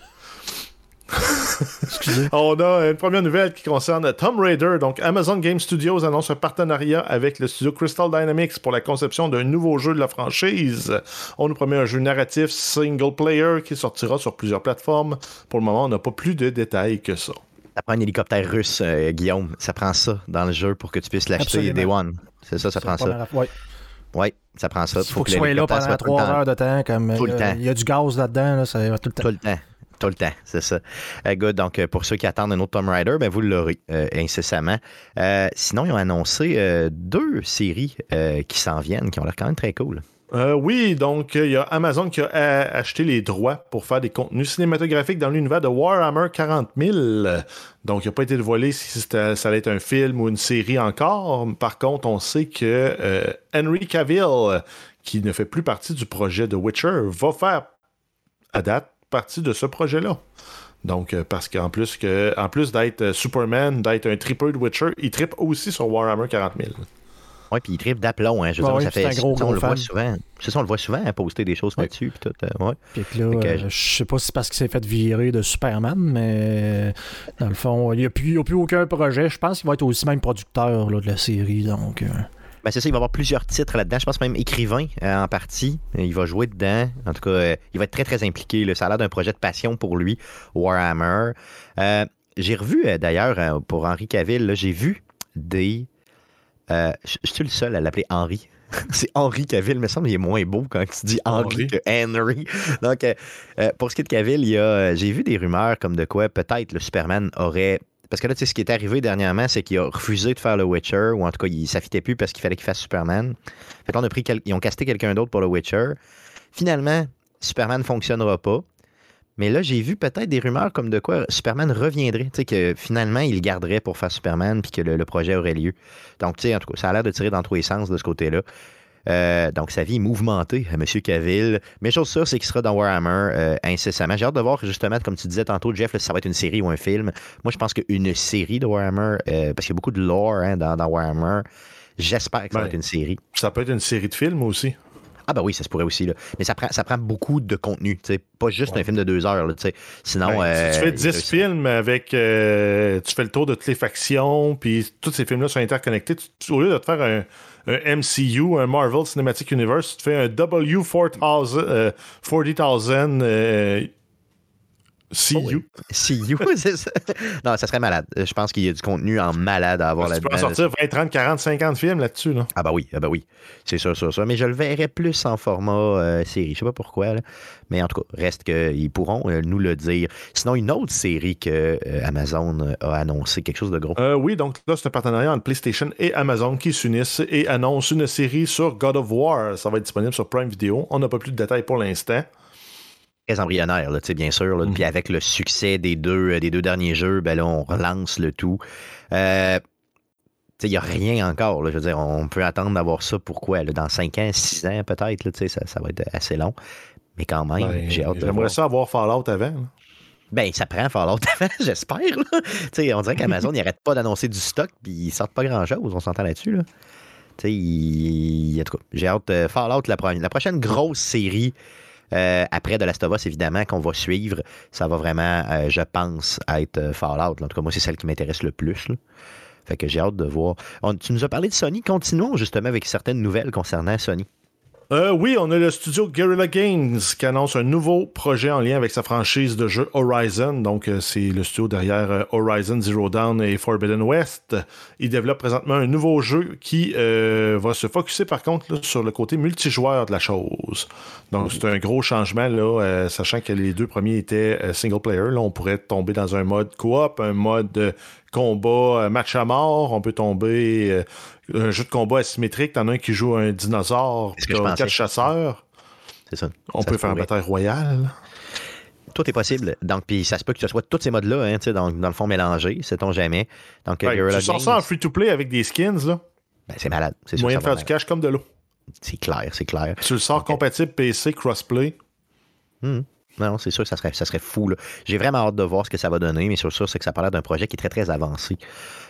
Excusez. On a une première nouvelle qui concerne Tomb Raider. Donc, Amazon Game Studios annonce un partenariat avec le studio Crystal Dynamics pour la conception d'un nouveau jeu de la franchise. On nous promet un jeu narratif single player qui sortira sur plusieurs plateformes. Pour le moment, on n'a pas plus de détails que ça. Ça prend un hélicoptère russe, euh, Guillaume. Ça prend ça dans le jeu pour que tu puisses l'acheter Absolument. Day One. C'est ça, ça, ça prend ça. Oui, ouais, ça prend ça. Il faut, faut que tu sois là pendant trois heures de temps. Comme, tout euh, le temps. Il y a du gaz là-dedans. Là, ça va tout le temps. Tout le temps. Tout le temps, c'est ça. Euh, good. Donc, pour ceux qui attendent un autre Tomb Raider, ben, vous l'aurez euh, incessamment. Euh, sinon, ils ont annoncé euh, deux séries euh, qui s'en viennent, qui ont l'air quand même très cool. Euh, oui, donc il y a Amazon qui a a- acheté les droits pour faire des contenus cinématographiques dans l'univers de Warhammer quarante mille. Donc, il n'a pas été dévoilé si c'était, ça allait être un film ou une série encore. Par contre, on sait que euh, Henry Cavill, qui ne fait plus partie du projet de Witcher, va faire, à date, partie de ce projet-là. Donc, euh, parce qu'en plus, que, en plus d'être euh, Superman, d'être un tripper de Witcher, il trippe aussi sur Warhammer quarante mille. Oui, puis il tripe d'aplomb, hein. Je veux ouais, dire, oui, ça fait. c'est un gros, ça, on gros le fan. voit souvent. C'est ça, on le voit souvent, hein, poster des choses Oui. là-dessus. Puis tout, euh, ouais. Puis que là, que, euh, je sais pas si c'est parce qu'il s'est fait virer de Superman, mais dans le fond, il n'y a, a plus aucun projet. Je pense qu'il va être aussi même producteur là, de la série. Donc, euh... Ben c'est ça, il va y avoir plusieurs titres là-dedans. Je pense même écrivain euh, en partie. Il va jouer dedans. En tout cas, euh, il va être très, très impliqué. Là. Ça a l'air d'un projet de passion pour lui, Warhammer. Euh, j'ai revu, euh, d'ailleurs, euh, pour Henry Cavill, là, j'ai vu des... Euh, je je suis le seul à l'appeler Henry. C'est Henry Cavill, mais il me semble qu'il est moins beau quand tu dis Henry, Henry. que Henry. Donc, euh, euh, pour ce qui est de Cavill, il y a, euh, j'ai vu des rumeurs comme de quoi peut-être le Superman aurait... Parce que là, tu sais, ce qui est arrivé dernièrement, c'est qu'il a refusé de faire le Witcher, ou en tout cas, il s'affitait plus parce qu'il fallait qu'il fasse Superman. Fait que là, on a pris quel... ils ont casté quelqu'un d'autre pour le Witcher. Finalement, Superman ne fonctionnera pas. Mais là, j'ai vu peut-être des rumeurs comme de quoi Superman reviendrait, tu sais, que finalement, il le garderait pour faire Superman, puis que le, le projet aurait lieu. Donc, tu sais, en tout cas, ça a l'air de tirer dans tous les sens de ce côté-là. Euh, donc, sa vie est mouvementée à M. Cavill. Mais chose sûre, c'est qu'il sera dans Warhammer euh, incessamment. J'ai hâte de voir, justement, comme tu disais tantôt, Jeff, là, si ça va être une série ou un film. Moi, je pense qu'une série de Warhammer, euh, parce qu'il y a beaucoup de lore hein, dans, dans Warhammer, j'espère que ça Ben, va être une série. Ça peut être une série de films aussi. Ah ben oui, ça se pourrait aussi. Là. Mais ça prend, ça prend beaucoup de contenu. T'sais. Pas juste Ouais. un film de deux heures. Là, t'sais. Sinon, Ben, euh, si tu fais il dix réussit. films avec... euh, tu fais le tour de toutes les factions, puis tous ces films-là sont interconnectés. Tu- tu- au lieu de te faire un, un M C U, un Marvel Cinematic Universe, tu te fais un W quatre mille, euh, quarante mille euh, See Oh, you. oui. See you, c'est ça. Non, ça serait malade. Je pense qu'il y a du contenu en malade à avoir Tu là-dedans. peux en sortir vingt, trente, quarante, cinquante films là-dessus. Là. Ah bah oui, ah bah oui. C'est sûr, sûr, sûr. Mais je le verrais plus en format euh, série. Je sais pas pourquoi, là. Mais en tout cas, reste qu'ils pourront euh, nous le dire. Sinon, une autre série que euh, Amazon a annoncé, quelque chose de gros. Euh, oui, donc là, c'est un partenariat entre PlayStation et Amazon qui s'unissent et annoncent une série sur God of War. Ça va être disponible sur Prime Video. On n'a pas plus de détails pour l'instant. Très embryonnaire, là, bien sûr. Là. Mm. Puis avec le succès des deux, des deux derniers jeux, ben là, on relance le tout. Euh, il n'y a rien encore. Là, je veux dire, on peut attendre d'avoir ça pour quoi? Là, dans cinq ans, six ans peut-être. Là, ça, ça va être assez long. Mais quand même, ben, j'ai hâte de J'aimerais voir. ça avoir Fallout avant. Là. Ben, ça prend Fallout avant, j'espère. Là. On dirait qu'Amazon n'arrête pas d'annoncer du stock puis ils sortent pas grand-chose. On s'entend là-dessus. Là. Il... En tout cas, j'ai hâte de Fallout, la, pro... la prochaine grosse série. Euh, après de Last of Us, évidemment, qu'on va suivre, ça va vraiment, euh, je pense, être euh, Fallout. Là. En tout cas, moi, c'est celle qui m'intéresse le plus. Là. Fait que j'ai hâte de voir. On, tu nous as parlé de Sony. Continuons justement avec certaines nouvelles concernant Sony. Euh, oui, on a le studio Guerrilla Games qui annonce un nouveau projet en lien avec sa franchise de jeu Horizon. Donc, euh, c'est le studio derrière euh, Horizon Zero Dawn et Forbidden West. Il développe présentement un nouveau jeu qui euh, va se focusser par contre là, sur le côté multijoueur de la chose. Donc, c'est un gros changement, là, euh, sachant que les deux premiers étaient euh, single player. Là, on pourrait tomber dans un mode coop, un mode euh, combat euh, match à mort. On peut tomber... Euh, un jeu de combat asymétrique, t'en as un qui joue un dinosaure, puis t'as quatre chasseurs. C'est ça. On ça peut faire une bataille royale. Tout est possible. Donc, puis ça se peut que ce soit tous ces modes-là, hein, dans, dans le fond mélangés, sait-on jamais. Donc, ouais, tu sors Games, ça en free-to-play avec des skins, là. Ben, c'est malade. C'est moyen sûr, de faire du cash comme de l'eau. C'est clair, c'est clair. Tu le sors okay. compatible P C, crossplay. Mmh. Non, c'est sûr que ça serait, ça serait fou. Là. J'ai vraiment hâte de voir ce que ça va donner, mais sur ça, c'est que ça parle d'un projet qui est très, très avancé.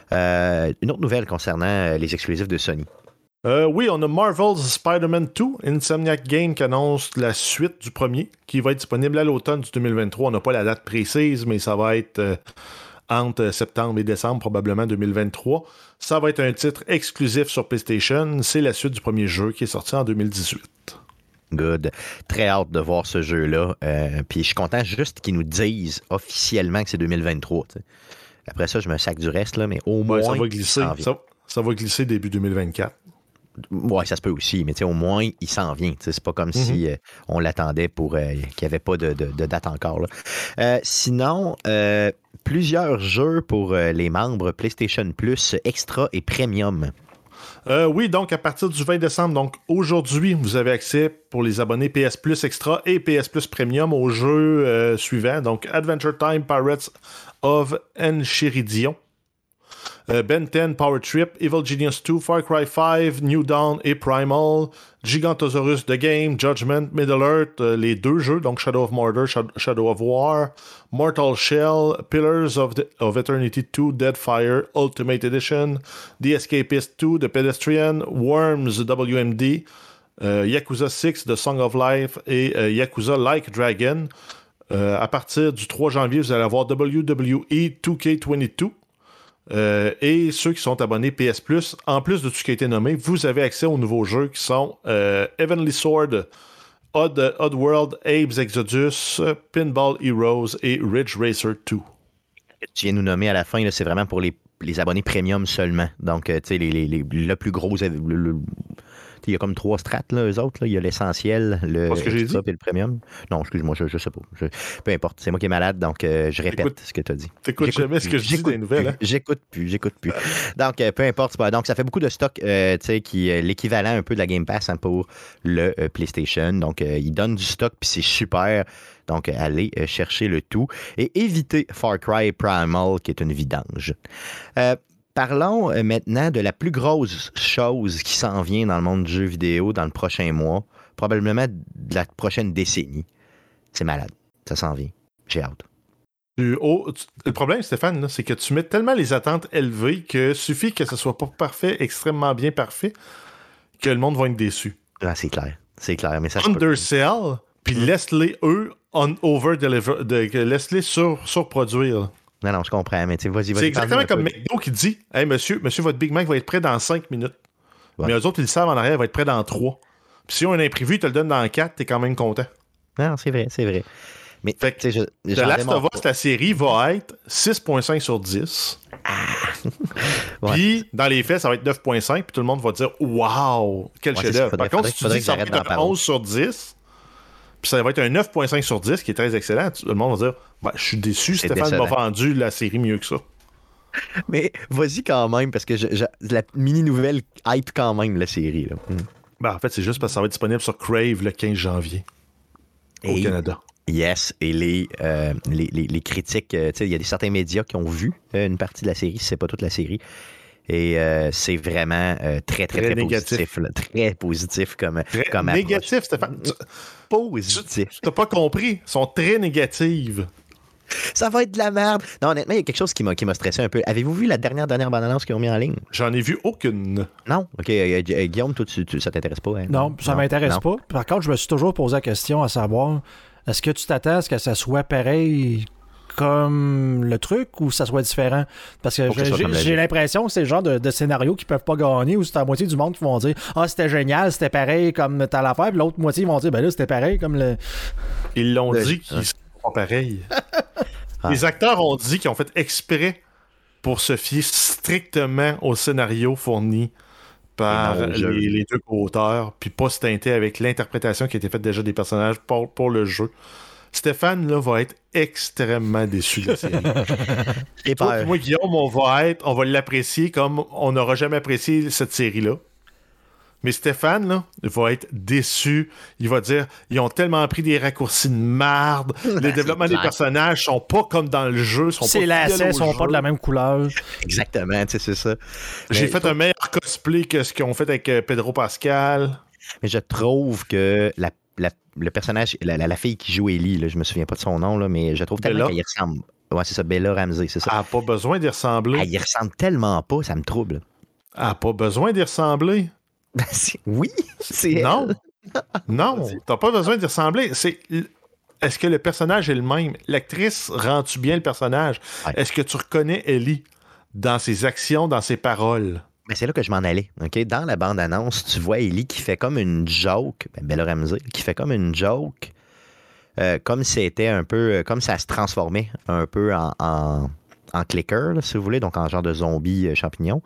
Euh, une autre nouvelle concernant les exclusifs de Sony. Euh, oui, on a Marvel's Spider-Man deux, Insomniac Games qui annonce la suite du premier, qui va être disponible à l'automne du deux mille vingt-trois. On n'a pas la date précise, mais ça va être euh, entre septembre et décembre, probablement deux mille vingt-trois. Ça va être un titre exclusif sur PlayStation. C'est la suite du premier jeu qui est sorti en deux mille dix-huit. Good. Très hâte de voir ce jeu-là. Euh, puis je suis content juste qu'ils nous disent officiellement que c'est deux mille vingt-trois. T'sais. Après ça, je me sac du reste, là, mais au moins. Ouais, ça va glisser. Ça, ça va glisser début deux mille vingt-quatre. Oui, ça se peut aussi, mais au moins, il s'en vient. C'est pas comme mm-hmm. si euh, on l'attendait pour euh, qu'il n'y avait pas de, de, de date encore. Là. Euh, sinon, euh, plusieurs jeux pour euh, les membres PlayStation Plus Extra et Premium. Euh, oui, donc à partir du vingt décembre, donc aujourd'hui, vous avez accès pour les abonnés P S Plus Extra et P S Plus Premium aux jeux euh, suivants. Donc Adventure Time Pirates of Enchiridion, euh, Ben dix Power Trip, Evil Genius deux, Far Cry cinq, New Dawn et Primal, Gigantosaurus The Game, Judgment, Middle-earth, euh, les deux jeux, donc Shadow of Mordor, Shadow of War, Mortal Shell, Pillars of, the, of Eternity deux, Deadfire, Ultimate Edition, The Escapist deux, The Pedestrian, Worms W M D, euh, Yakuza six, The Song of Life et euh, Yakuza Like Dragon. Euh, à partir du trois janvier, vous allez avoir W W E deux K vingt-deux. Euh, et ceux qui sont abonnés P S Plus, en plus de tout ce qui a été nommé, vous avez accès aux nouveaux jeux qui sont euh, Heavenly Sword, Odd, Odd World, Abe's Exodus, Pinball Heroes et Ridge Racer deux. Tu viens nous nommer à la fin, là, c'est vraiment pour les, les abonnés premium seulement. Donc, euh, tu sais, les, les, les, le plus gros... Le, le, il y a comme trois strates, là, eux autres. Là. Il y a l'essentiel, le extra et le premium. Non, excuse-moi, je, je sais pas. Je, peu importe, c'est moi qui est malade, donc euh, je répète Écoute, ce que tu as dit. T'écoutes jamais ce que je dis dans les nouvelles. Hein? J'écoute plus, j'écoute plus. Donc, euh, peu importe. Pas, donc, ça fait beaucoup de stock, euh, tu sais, qui est l'équivalent un peu de la Game Pass hein, pour le euh, PlayStation. Donc, euh, ils donnent du stock, puis c'est super. Donc, allez euh, chercher le tout. Et évitez Far Cry Primal, qui est une vidange. Euh, Parlons maintenant de la plus grosse chose qui s'en vient dans le monde du jeu vidéo dans le prochain mois, probablement de la prochaine décennie. C'est malade. Ça s'en vient. J'ai hâte. Oh, tu, le problème, Stéphane, là, c'est que tu mets tellement les attentes élevées que suffit que ce soit pas parfait, extrêmement bien parfait, que le monde va être déçu. Ah, c'est clair. C'est clair, mais ça Undersell, puis mm. laisse-les, eux, on over-deliver, de, laisse-les sur, surproduire. Non, non, je comprends, mais tu sais, vas-y, vas-y. C'est exactement comme McDo qui dit « Hey, monsieur, monsieur, votre Big Mac va être prêt dans cinq minutes. Ouais. » Mais eux autres, ils le savent en arrière, il va être prêt dans trois. Puis si on a un imprévu, ils te le donnent dans quatre, t'es quand même content. Non, c'est vrai, c'est vrai. Mais, fait que je, The Last of Us, la série va être six virgule cinq sur dix. Ah. Ouais. Puis, dans les faits, ça va être neuf virgule cinq. Puis tout le monde va dire « Wow! Quel ouais, chef-d'œuvre! » Par contre, si tu dis que ça va être un onze sur dix, puis ça va être un neuf virgule cinq sur dix, qui est très excellent, tout le monde va dire ben, « Je suis déçu, c'est Stéphane décevant. M'a vendu la série mieux que ça. » Mais vas-y quand même, parce que je, je, la mini-nouvelle hype quand même, la série. Là. Mm. Ben, en fait, c'est juste parce que ça va être disponible sur Crave le quinze janvier au et, Canada. Yes, et les, euh, les, les, les critiques, euh, il y a des, certains médias qui ont vu euh, une partie de la série, si c'est pas toute la série. Et euh, c'est vraiment euh, très, très, très, très positif. Là, très positif comme, très comme négatif, Stéphane. Positif. Tu n'as pas compris. Ils sont très négatives. Ça va être de la merde. Non, honnêtement, il y a quelque chose qui m'a, qui m'a stressé un peu. Avez-vous vu la dernière, dernière bande-annonce qu'ils ont mis en ligne? J'en ai vu aucune. Non? OK. Euh, Guillaume, toi, tu, tu, ça t'intéresse pas? Hein? Non, ça non, m'intéresse non. pas. Par contre, je me suis toujours posé la question à savoir, est-ce que tu t'attends à ce que ça soit pareil comme le truc ou ça soit différent? Parce que j'ai, j'ai, j'ai l'impression que c'est le genre de, de scénario qui peuvent pas gagner ou c'est la moitié du monde qui vont dire « Ah, c'était génial, c'était pareil comme t'as l'affaire », puis l'autre moitié ils vont dire « Ben là, c'était pareil comme le... » Ils l'ont le... dit qu'ils sont pas pareils. Ah. Les acteurs ont dit qu'ils ont fait exprès pour se fier strictement au scénario fourni par non, je... les, les deux co-auteurs, puis pas se teinter avec l'interprétation qui a été faite déjà des personnages pour, pour le jeu. Stéphane, là, va être extrêmement déçu de la série. Et toi, moi, Guillaume, on va être, on va l'apprécier comme on n'aura jamais apprécié cette série-là. Mais Stéphane, là, il va être déçu. Il va dire, ils ont tellement pris des raccourcis de marde. Les ben, développements des personnages sont pas comme dans le jeu. Sont c'est pas lacets, sont jeu. Pas de la même couleur. Exactement, tu sais, c'est ça. J'ai mais fait faut... un meilleur cosplay que ce qu'ils ont fait avec Pedro Pascal. Mais je trouve que la, la, le personnage, la, la, la fille qui joue Ellie, là, je me souviens pas de son nom, là, mais je trouve tellement Bella. Qu'elle y ressemble. Ouais, c'est ça, Bella Ramsey, c'est ça. Elle n'a pas besoin d'y ressembler. Elle y ressemble tellement pas, ça me trouble. Elle n'a pas besoin d'y ressembler. Ben, c'est... Oui, c'est non, elle. non, t'as pas besoin d'y ressembler. C'est... Est-ce que le personnage est le même? L'actrice rend-tu bien le personnage? Ouais. Est-ce que tu reconnais Ellie dans ses actions, dans ses paroles? Ben, c'est là que je m'en allais. Okay? Dans la bande-annonce, tu vois Ellie qui fait comme une joke, ben, Bella Ramsey, qui fait comme une joke, euh, comme si c'était un peu, comme ça se transformait un peu en, en, en clicker, là, si vous voulez, donc en genre de zombie euh, champignon.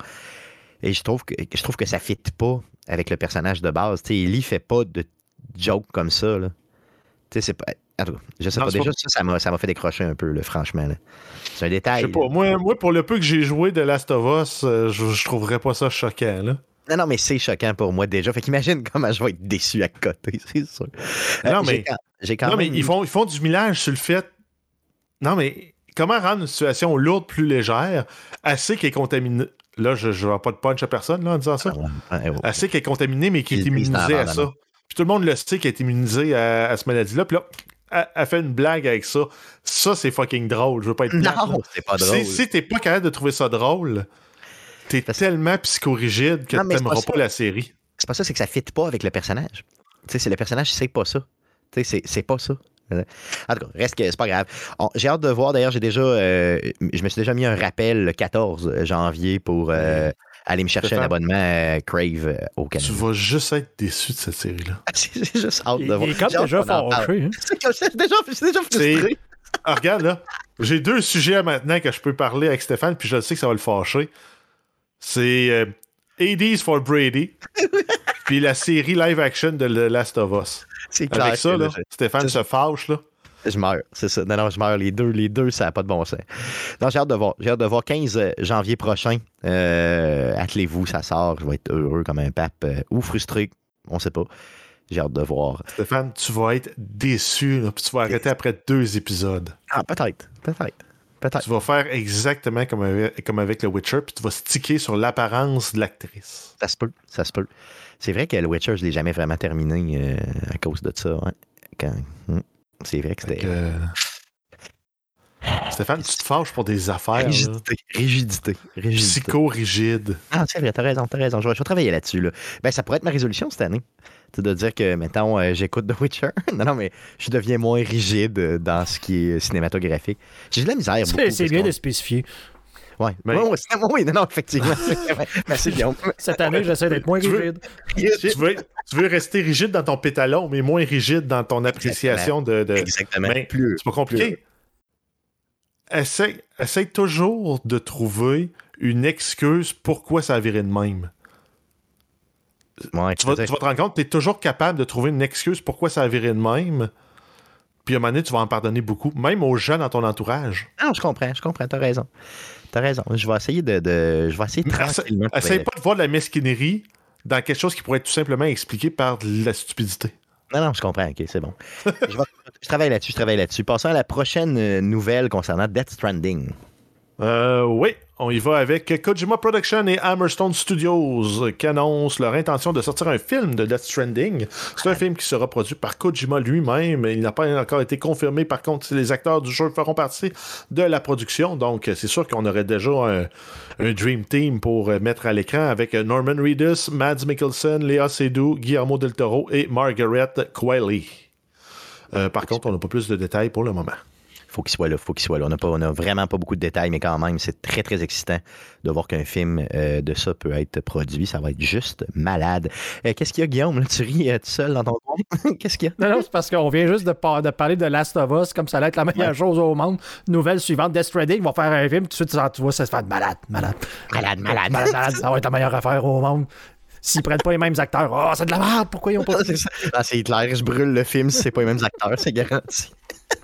Et je trouve que je trouve que ça ne fit pas avec le personnage de base. T'sais, Ellie fait pas de joke comme ça. Là. C'est pas... En tout cas, je sais non, pas. Déjà, pas... ça, ça m'a, ça m'a fait décrocher un peu, là, franchement. Là. C'est un détail. Je sais pas. Moi, moi, pour le peu que j'ai joué de Last of Us, euh, je, je trouverais pas ça choquant. Là. Non, non, mais c'est choquant pour moi déjà. Fait qu'imagine comment je vais être déçu à côté, c'est sûr. Euh, non, mais, j'ai quand, j'ai quand non, même... mais ils font, ils font du millage sur le fait. Non, mais comment rendre une situation lourde plus légère, assez qu'elle est contaminée. Là, je ne vais pas de punch à personne là, en disant ça. Ah ouais, ouais, ouais. Elle sait qu'elle est contaminée, mais qui est immunisée à ça. Puis tout le monde le sait qu'elle est immunisée à, à cette maladie-là. Puis là, elle, elle fait une blague avec ça. Ça, c'est fucking drôle. Je veux pas être plate, non, là. C'est pas drôle. Si, si t'es pas capable de trouver ça drôle, t'es Parce... tellement psychorigide que non, t'aimeras pas, pas la série. C'est pas ça, c'est que ça fit pas avec le personnage. Tu sais, c'est le personnage, c'est pas ça. Tu sais, c'est, c'est pas ça. En tout cas, reste que c'est pas grave. On, j'ai hâte de voir. D'ailleurs, j'ai déjà, euh, je me suis déjà mis un rappel le quatorze janvier pour euh, mmh. aller me chercher Stéphane, un abonnement euh, Crave euh, au Canada. Tu vas juste être déçu de cette série-là. j'ai juste hâte de voir. Il est comme déjà fâché. Hein? C'est déjà, c'est déjà frustré. Ah, regarde là, j'ai deux sujets maintenant que je peux parler avec Stéphane, puis je sais que ça va le fâcher. C'est euh, Hades for Brady, puis la série live action de The Last of Us. C'est clair. Avec ça, là, je... Stéphane se fâche, là. Je meurs, c'est ça. Non, non, je meurs. Les deux, les deux, ça n'a pas de bon sens. Non, j'ai hâte de voir. J'ai hâte de voir quinze janvier prochain. Euh, attelez-vous, ça sort. Je vais être heureux comme un pape euh, ou frustré. On sait pas. J'ai hâte de voir. Stéphane, tu vas être déçu, là, puis tu vas arrêter après deux épisodes. Ah, peut-être. Peut-être. Peut-être. Tu vas faire exactement comme avec, comme avec le Witcher, puis tu vas sticker sur l'apparence de l'actrice. Ça se peut. Ça se peut. C'est vrai que le Witcher, je ne l'ai jamais vraiment terminé euh, à cause de ça. Hein. Quand... Hum. C'est vrai que c'était... Euh... Stéphane, tu te fâches pour des affaires. Rigidité. Rigidité. Rigidité. Psycho-rigide. Ah, c'est vrai, t'as raison, t'as raison. Je vais, je vais travailler là-dessus. Là. Ben, ça pourrait être ma résolution cette année. C'est de dire que, mettons, euh, j'écoute The Witcher. non, non, mais je deviens moins rigide dans ce qui est cinématographique. J'ai de la misère. C'est, beaucoup, c'est bien qu'on... de spécifier. Oui, Mais... oui, oui, non, non, effectivement. Merci, Guillaume. Cette année, j'essaie d'être moins rigide. Tu veux, tu, veux, tu veux rester rigide dans ton pétalon, mais moins rigide dans ton appréciation de, de... Exactement. Mais plus, c'est pas compliqué. Plus. Essaye, essaye toujours de trouver une excuse pourquoi ça a viré de même. Ouais, tu, vas, tu vas te rendre compte que tu es toujours capable de trouver une excuse pourquoi ça a viré de même. Puis à un moment donné, tu vas en pardonner beaucoup, même aux gens dans ton entourage. Non, je comprends, je comprends, t'as raison. T'as raison. Je vais essayer de. de je vais essayer tranquillement. Essaye pas de voir de la mesquinerie dans quelque chose qui pourrait être tout simplement expliqué par de la stupidité. Non, non, je comprends. OK, c'est bon. je, vais, je travaille là-dessus, je travaille là-dessus. Passons à la prochaine nouvelle concernant Death Stranding. Euh, oui, on y va avec Kojima Production et Hammerstone Studios qui annoncent leur intention de sortir un film de Death Stranding. C'est un film qui sera produit par Kojima lui-même. Il n'a pas encore été confirmé, par contre, si les acteurs du jeu feront partie de la production. Donc, c'est sûr qu'on aurait déjà un, un Dream Team pour mettre à l'écran avec Norman Reedus, Mads Mikkelsen, Léa Seydoux, Guillermo del Toro et Margaret Qualley. Euh, par contre, on n'a pas plus de détails pour le moment. Faut qu'il soit là, faut qu'il soit là. On n'a pas, on a vraiment pas beaucoup de détails, mais quand même, c'est très, très excitant de voir qu'un film euh, de ça peut être produit. Ça va être juste malade. Euh, qu'est-ce qu'il y a, Guillaume? Là, tu ris euh, tout seul dans ton coin? Qu'est-ce qu'il y a? Non, non, c'est parce qu'on vient juste de, par- de parler de Last of Us, comme ça allait être la meilleure ouais. chose au monde. Nouvelle suivante, Death Stranding, ils vont faire un film, tout de suite, tu vois, ça se fait malade, malade. Malade, malade. malade, malade. Ça va être la meilleure affaire au monde. S'ils prennent pas les mêmes acteurs, oh, c'est de la merde, pourquoi ils ont pas... c'est, ça. Ah, c'est clair, je brûle le film si c'est pas les mêmes acteurs, c'est garanti.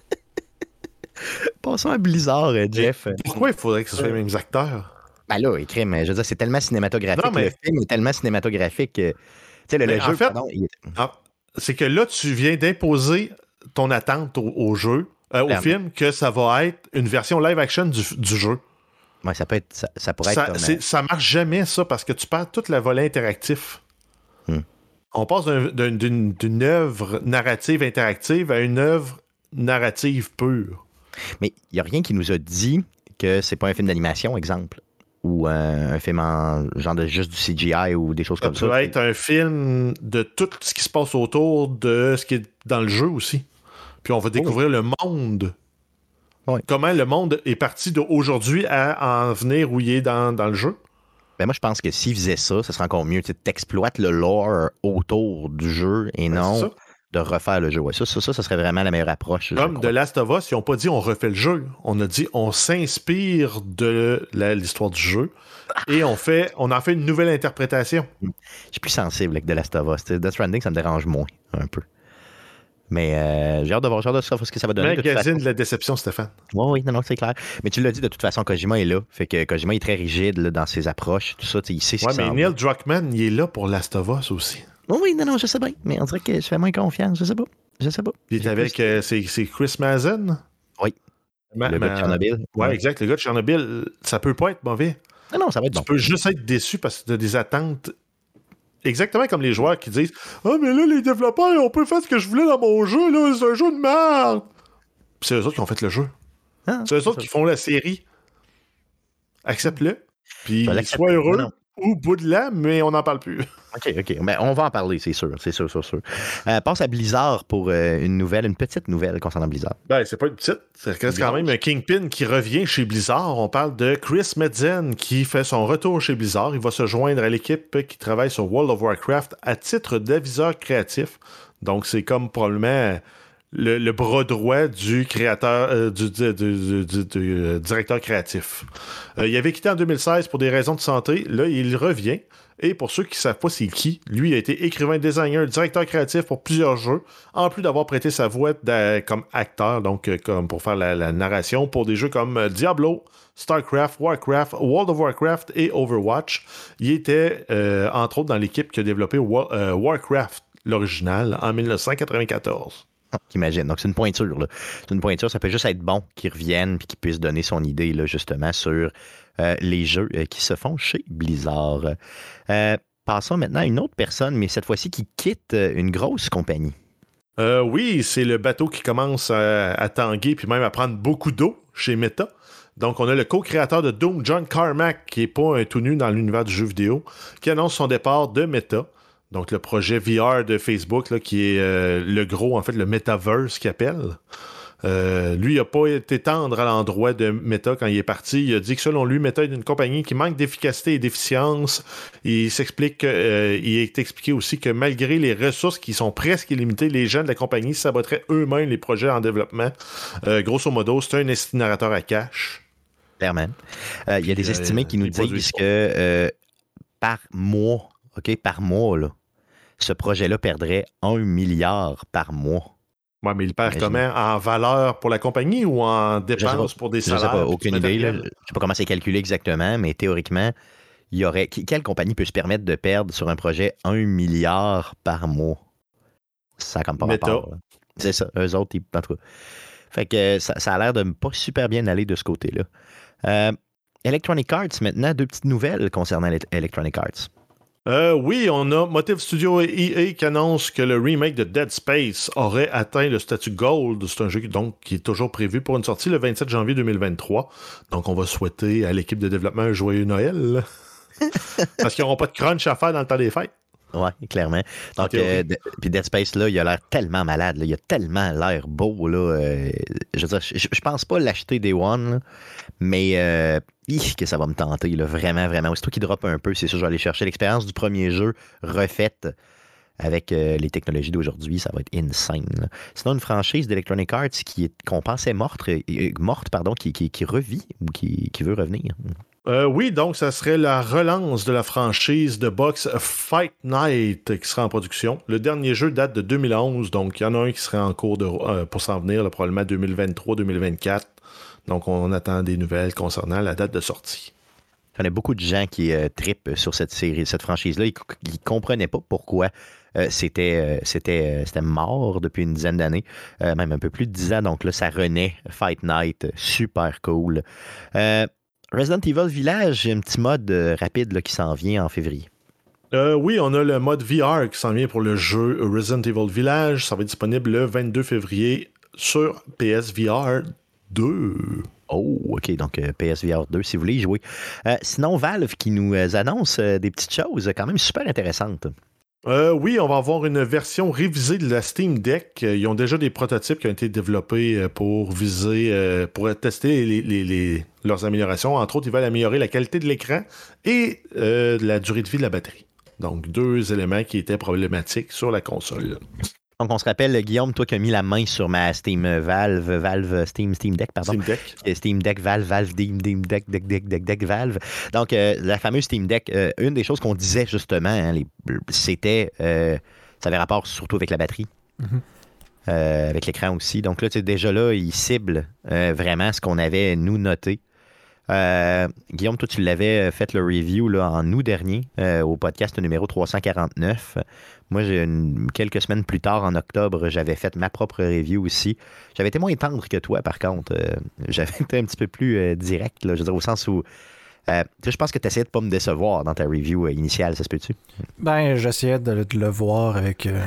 Passons à Blizzard, Jeff. Pourquoi il faudrait que ce soit les mêmes acteurs? Ben là, écrit, mais je veux dire, c'est tellement cinématographique. Non, mais... Le film est tellement cinématographique que. Tu sais, le, le jeu. En fait, pardon, il... ah, c'est que là, tu viens d'imposer ton attente au, au jeu, euh, au film, que ça va être une version live-action du, du jeu. Ouais, ça peut être. Ça, ça pourrait ça, être. Comme... C'est, ça marche jamais, ça, parce que tu perds toute la volet interactif. Hmm. On passe d'un, d'un, d'une, d'une œuvre narrative interactive à une œuvre narrative pure. Mais il n'y a rien qui nous a dit que c'est pas un film d'animation, exemple, ou euh, un film en genre de juste du C G I ou des choses ça comme ça. Ça peut être un film de tout ce qui se passe autour de ce qui est dans le jeu aussi. Puis on va découvrir oh. le monde. Oui. Comment le monde est parti d'aujourd'hui à en venir où il est dans, dans le jeu. Ben moi, je pense que s'ils faisaient ça, ça serait encore mieux. Tu exploites le lore autour du jeu et ben, non... de refaire le jeu. Ouais, ça, ça, ça, ça serait vraiment la meilleure approche. Comme de Last of Us, ils n'ont pas dit on refait le jeu. On a dit on s'inspire de la, l'histoire du jeu et on, fait, on en fait une nouvelle interprétation. Je suis plus sensible avec The Last of Us. Death Stranding, ça me dérange moins, un peu. Mais euh, j'ai hâte de voir, j'ai hâte de savoir ce que ça va donner. Magazine de, de la déception, Stéphane. Oui, oui, non, non, c'est clair. Mais tu l'as dit, de toute façon, Kojima est là. Fait que Kojima est très rigide là, dans ses approches. Tout ça, il sait ce ouais, qu'il mais Neil Druckmann, il est là pour Last of Us aussi. Oui, oui, non, non, je sais bien. Mais on dirait que je fais moins confiance. Je sais pas. Je sais pas. Il est avec. Euh, c'est, c'est Chris Mazin? Oui. Ma, le ma... gars de Chernobyl. Oui, ouais, exact. Le gars de Chernobyl, ça peut pas être mauvais. Non, non, ça va être tu bon. Tu peux juste être déçu parce que tu as des attentes. Exactement comme les joueurs qui disent ah, oh, mais là, les développeurs, ils ont pas fait ce que je voulais dans mon jeu. Là. C'est un jeu de merde. Puis c'est eux autres qui ont fait le jeu. Ah, c'est eux autres ça. Qui font la série. Accepte-le. Puis sois heureux. Non. Ou bout de là, mais on n'en parle plus. OK, OK. Mais on va en parler, c'est sûr. C'est sûr, c'est sûr. Euh, passe à Blizzard pour euh, une nouvelle, une petite nouvelle concernant Blizzard. Ben, c'est pas une petite. C'est quand même un Kingpin qui revient chez Blizzard. On parle de Chris Metzen qui fait son retour chez Blizzard. Il va se joindre à l'équipe qui travaille sur World of Warcraft à titre d'aviseur créatif. Donc, c'est comme probablement le, le bras droit du créateur, euh, du, du, du, du, du euh, directeur créatif. Euh, il avait quitté en deux mille seize pour des raisons de santé. Là, il revient. Et pour ceux qui ne savent pas c'est qui, lui a été écrivain, designer, directeur créatif pour plusieurs jeux, en plus d'avoir prêté sa voix comme acteur, donc euh, comme pour faire la, la narration pour des jeux comme Diablo, StarCraft, Warcraft, World of Warcraft et Overwatch. Il était, euh, entre autres, dans l'équipe qui a développé War, euh, Warcraft, l'original, en dix-neuf cent quatre-vingt-quatorze. Ah, imagine. Donc, c'est une pointure. Là. C'est une pointure. Ça peut juste être bon qu'il revienne et qu'il puisse donner son idée, là, justement, sur euh, les jeux euh, qui se font chez Blizzard. Euh, passons maintenant à une autre personne, mais cette fois-ci qui quitte une grosse compagnie. Euh, oui, c'est le bateau qui commence à, à tanguer puis même à prendre beaucoup d'eau chez Meta. Donc, on a le co-créateur de Doom, John Carmack, qui n'est pas un tout nu dans l'univers du jeu vidéo, qui annonce son départ de Meta. Donc, le projet V R de Facebook, là, qui est euh, le gros, en fait, le Metaverse qu'ils appellent. Euh, lui, il n'a pas été tendre à l'endroit de Meta quand il est parti. Il a dit que selon lui, Meta est une compagnie qui manque d'efficacité et d'efficience. Il s'explique, euh, il est expliqué aussi que malgré les ressources qui sont presque illimitées, les gens de la compagnie saboteraient eux-mêmes les projets en développement. Euh, grosso modo, c'est un incinérateur à cash. Clairement. Euh, il y a des euh, estimés qui nous disent que euh, par mois, OK, par mois, là, ce projet-là perdrait un milliard par mois. Ouais, mais il perd comment? En valeur pour la compagnie ou en dépenses pour des salaires? Je sais pas, aucune idée. Là. Je ne sais pas comment c'est calculé exactement, mais théoriquement, il y aurait. Quelle compagnie peut se permettre de perdre sur un projet un milliard par mois? Ça n'a comme pas Meta. rapport. Là. C'est ça, eux autres, ils, en tout cas. Fait que ça, ça a l'air de ne pas super bien aller de ce côté-là. Euh, Electronic Arts, maintenant, deux petites nouvelles concernant Electronic Arts. Euh, oui, on a Motive Studio et E A qui annonce que le remake de Dead Space aurait atteint le statut Gold. C'est un jeu donc, qui est toujours prévu pour une sortie le vingt-sept janvier deux mille vingt-trois. Donc, on va souhaiter à l'équipe de développement un joyeux Noël. Parce qu'ils n'auront pas de crunch à faire dans le temps des fêtes. Oui, clairement. Donc, euh, de, puis Dead Space, là, il a l'air tellement malade. Là, il a tellement l'air beau. Là, euh, je veux dire, je, je pense pas l'acheter Day One, là, mais euh, hi, que ça va me tenter. Là, vraiment, vraiment. Aussitôt qu'il drop un peu, c'est sûr, je vais aller chercher l'expérience du premier jeu refaite avec euh, les technologies d'aujourd'hui. Ça va être insane. Là. Sinon, une franchise d'Electronic Arts qui est, qu'on pensait morte, euh, morte pardon, qui, qui, qui revit ou qui, qui veut revenir. Euh, oui, donc ça serait la relance de la franchise de boxe Fight Night qui sera en production. Le dernier jeu date de deux mille onze, donc il y en a un qui serait en cours de, euh, pour s'en venir, là, probablement deux mille vingt-trois deux mille vingt-quatre. Donc on attend des nouvelles concernant la date de sortie. Il y en a beaucoup de gens qui euh, trippent sur cette série, cette franchise-là. Ils ne comprenaient pas pourquoi euh, c'était, euh, c'était, euh, c'était mort depuis une dizaine d'années, euh, même un peu plus de dix ans. Donc là, ça renaît. Fight Night, super cool. Euh, Resident Evil Village, un petit mode euh, rapide là, qui s'en vient en février. Euh, oui, on a le mode V R qui s'en vient pour le jeu Resident Evil Village. Ça va être disponible le vingt-deux février sur P S V R deux. Oh, OK. Donc, euh, P S V R deux, si vous voulez y jouer. Euh, sinon, Valve qui nous annonce euh, des petites choses quand même super intéressantes. Euh, oui, on va avoir une version révisée de la Steam Deck. Ils ont déjà des prototypes qui ont été développés pour viser, pour tester les, les, les, leurs améliorations. Entre autres, ils veulent améliorer la qualité de l'écran et euh, la durée de vie de la batterie. Donc, deux éléments qui étaient problématiques sur la console. Donc, on se rappelle, Guillaume, toi qui as mis la main sur ma Steam Valve, Valve, Steam, Steam Deck, pardon. Steam Deck. Steam Deck, Valve, Valve, Steam, Steam Deck, Deck, Deck, Deck, Deck, Valve. Donc, euh, la fameuse Steam Deck, euh, une des choses qu'on disait justement, hein, les, c'était, euh, ça avait rapport surtout avec la batterie. Mm-hmm. Euh, avec l'écran aussi. Donc là, tu sais, déjà là, il cible euh, vraiment ce qu'on avait, nous, noté. Euh, Guillaume, toi, tu l'avais fait le review là, en août dernier euh, au podcast numéro trois cent quarante-neuf. Moi, j'ai une, quelques semaines plus tard, en octobre, j'avais fait ma propre review aussi. J'avais été moins tendre que toi, par contre. Euh, j'avais été un petit peu plus euh, direct, là, je veux dire, au sens où euh, je pense que tu essayais de ne pas me décevoir dans ta review euh, initiale, ça se peut-tu? Ben, j'essayais de, de le voir avec euh,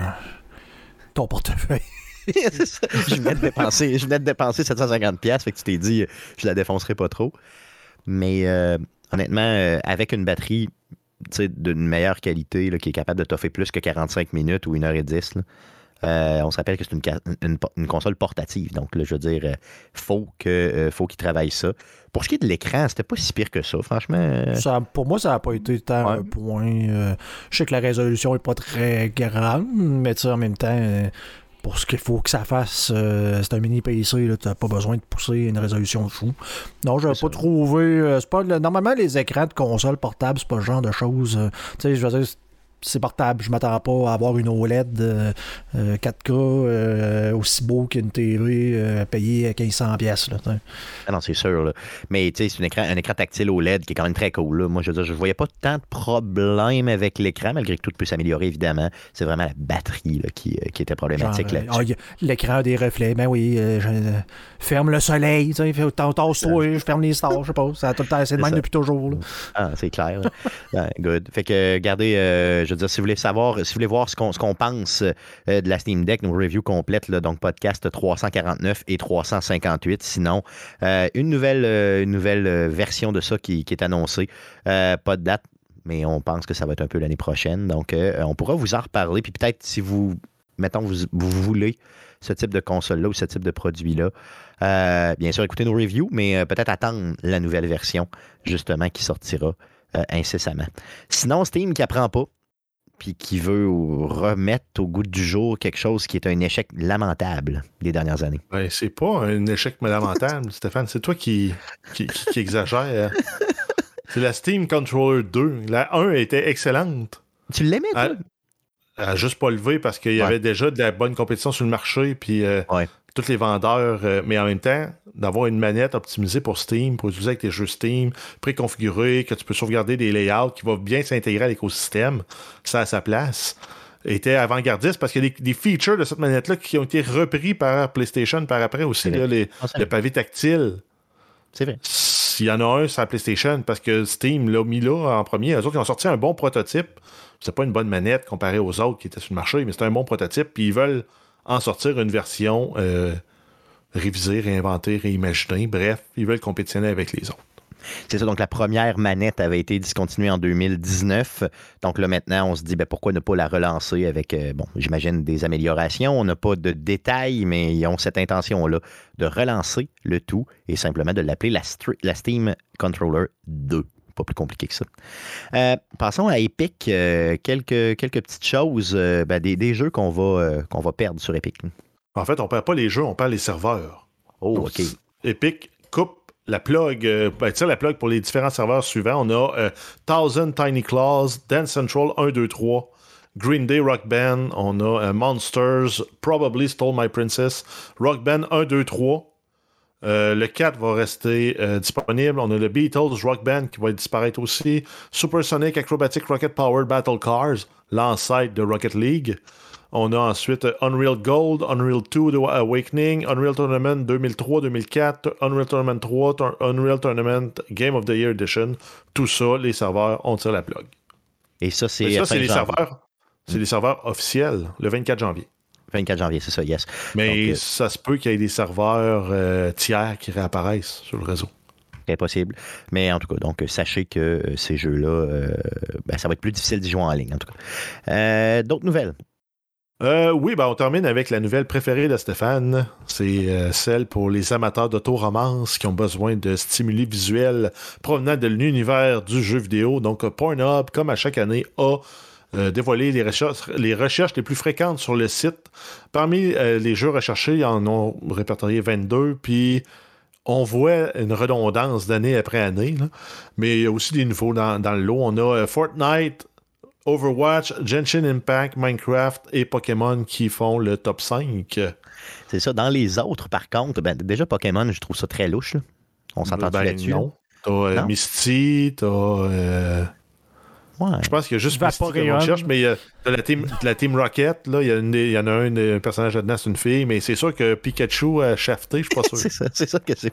ton portefeuille. C'est ça. Je venais de dépenser, je venais de dépenser sept cent cinquante dollars, fait que tu t'es dit, je la défoncerai pas trop. Mais euh, honnêtement, euh, avec une batterie d'une meilleure qualité là, qui est capable de toffer plus que quarante-cinq minutes ou une heure dix, là, euh, on se rappelle que c'est une, une, une console portative. Donc, là, je veux dire, il euh, faut qu'il euh, faut qu'il travaille ça. Pour ce qui est de l'écran, c'était pas si pire que ça, franchement. Euh... Ça, pour moi, ça n'a pas été tant ouais. un point. Euh, je sais que la résolution n'est pas très grande, mais en même temps... Euh, pour ce qu'il faut que ça fasse, euh, c'est un mini P C, tu n'as pas besoin de pousser une résolution fou. Non, je n'ai pas trouvé... Euh, c'est pas le, normalement, les écrans de console portable, c'est pas le genre de choses... Euh, tu sais, je veux dire, c'est portable. Je m'attends pas à avoir une O L E D euh, euh, quatre K euh, aussi beau qu'une T V euh, payée mille cinq cents dollars. Ah non, c'est sûr. Là. Mais tu sais, c'est un écran, un écran tactile O L E D qui est quand même très cool. Là. Moi, je veux dire, je voyais pas tant de problèmes avec l'écran, malgré que tout peut s'améliorer, évidemment. C'est vraiment la batterie là, qui, qui était problématique. Genre, là, euh, oh, l'écran a des reflets. Ben oui, euh, je, euh, ferme le soleil. Tasse-toi, je ferme les stars, je sais pas. Ça a tout le temps, c'est le même depuis toujours. Là. Ah, c'est clair. yeah, good. Fait que, regardez... Euh, Je veux dire, si vous voulez savoir, si vous voulez voir ce qu'on, ce qu'on pense euh, de la Steam Deck, nos reviews complètes, là, donc podcast trois cent quarante-neuf et trois cent cinquante-huit. Sinon, euh, une nouvelle, euh, une nouvelle version de ça qui, qui est annoncée. Euh, pas de date, mais on pense que ça va être un peu l'année prochaine. Donc, euh, on pourra vous en reparler. Puis peut-être si vous mettons, vous, vous voulez ce type de console-là ou ce type de produit-là, euh, bien sûr, écoutez nos reviews, mais euh, peut-être attendre la nouvelle version, justement, qui sortira euh, incessamment. Sinon, Steam qui apprend pas, puis qui veut remettre au goût du jour quelque chose qui est un échec lamentable des dernières années. Ben, c'est pas un échec lamentable, Stéphane. C'est toi qui, qui, qui, qui exagère. C'est la Steam Controller deux. La un était excellente. Tu l'aimais, toi? Elle, elle a juste pas levé parce qu'il y ouais. avait déjà de la bonne compétition sur le marché, puis euh, ouais. tous les vendeurs. Euh, mais en même temps, d'avoir une manette optimisée pour Steam, pour utiliser avec tes jeux Steam, préconfigurée, que tu peux sauvegarder des layouts, qui va bien s'intégrer à l'écosystème, ça a sa place, était avant-gardiste parce qu'il y a des, des features de cette manette-là qui ont été repris par PlayStation par après aussi, là, les, ah, le pavé tactile. C'est vrai. Il y en a un sur la PlayStation parce que Steam l'a mis là en premier. Eux autres, ils ont sorti un bon prototype. C'est pas une bonne manette comparée aux autres qui étaient sur le marché, mais c'est un bon prototype. Puis ils veulent en sortir une version euh, révisée, réinventée, réimaginée. Bref, ils veulent compétitionner avec les autres. C'est ça, donc la première manette avait été discontinuée en deux mille dix-neuf. Donc là, maintenant, on se dit, ben, pourquoi ne pas la relancer avec, euh, bon, j'imagine des améliorations. On n'a pas de détails, mais ils ont cette intention-là de relancer le tout et simplement de l'appeler la, St- la Steam Controller deux. Pas plus compliqué que ça. Euh, passons à Epic. Euh, quelques, quelques petites choses, euh, ben, des, des jeux qu'on va, euh, qu'on va perdre sur Epic. En fait, on perd pas les jeux, on perd les serveurs. Oh, OK. Epic coupe la plug, euh, ben, tire la plug pour les différents serveurs suivants. On a euh, Thousand Tiny Claws, Dance Central un, deux, trois, Green Day Rock Band, on a euh, Monsters, Probably Stole My Princess, Rock Band un, deux, trois. Euh, le quatre va rester euh, disponible. On a le Beatles Rock Band qui va disparaître aussi. Supersonic Acrobatic Rocket Powered Battle Cars, l'ancêtre de Rocket League. On a ensuite Unreal Gold, Unreal deux The Awakening, Unreal Tournament deux mille trois deux mille quatre, Unreal Tournament trois, Unreal Tournament Game of the Year Edition. Tout ça, les serveurs, on tire la plug. Et ça, c'est, Et ça, c'est les janvier. serveurs. C'est les serveurs officiels, le vingt-quatre janvier. vingt-quatre janvier, c'est ça, yes. Mais donc, ça se peut qu'il y ait des serveurs euh, tiers qui réapparaissent sur le réseau. C'est possible. Mais en tout cas, donc sachez que euh, ces jeux-là, euh, ben, ça va être plus difficile d'y jouer en ligne, en tout cas. Euh, d'autres nouvelles? Euh, oui, ben on termine avec la nouvelle préférée de Stéphane. C'est euh, celle pour les amateurs d'auto-romance qui ont besoin de stimuli visuels provenant de l'univers du jeu vidéo. Donc, Pornhub, comme à chaque année, a euh, dévoilé les recherches, les recherches les plus fréquentes sur le site. Parmi euh, les jeux recherchés, ils en ont répertorié vingt-deux, puis on voit une redondance d'année après année. Là. Mais il y a aussi des nouveaux dans, dans le lot. On a euh, Fortnite, Overwatch, Genshin Impact, Minecraft et Pokémon qui font le top cinq. C'est ça. Dans les autres, par contre, ben, déjà Pokémon, je trouve ça très louche. Là. On s'entend ben, là-dessus? Non. T'as euh, non? Misty, t'as... Euh... Ouais. Je pense qu'il y a juste Misty qu'on cherche, mais euh, t'as la team, la team Rocket, là, il y, a une, il y en a un, un personnage là-dedans, c'est une fille, mais c'est sûr que Pikachu a shafté, je suis pas sûr. c'est ça, c'est ça que c'est.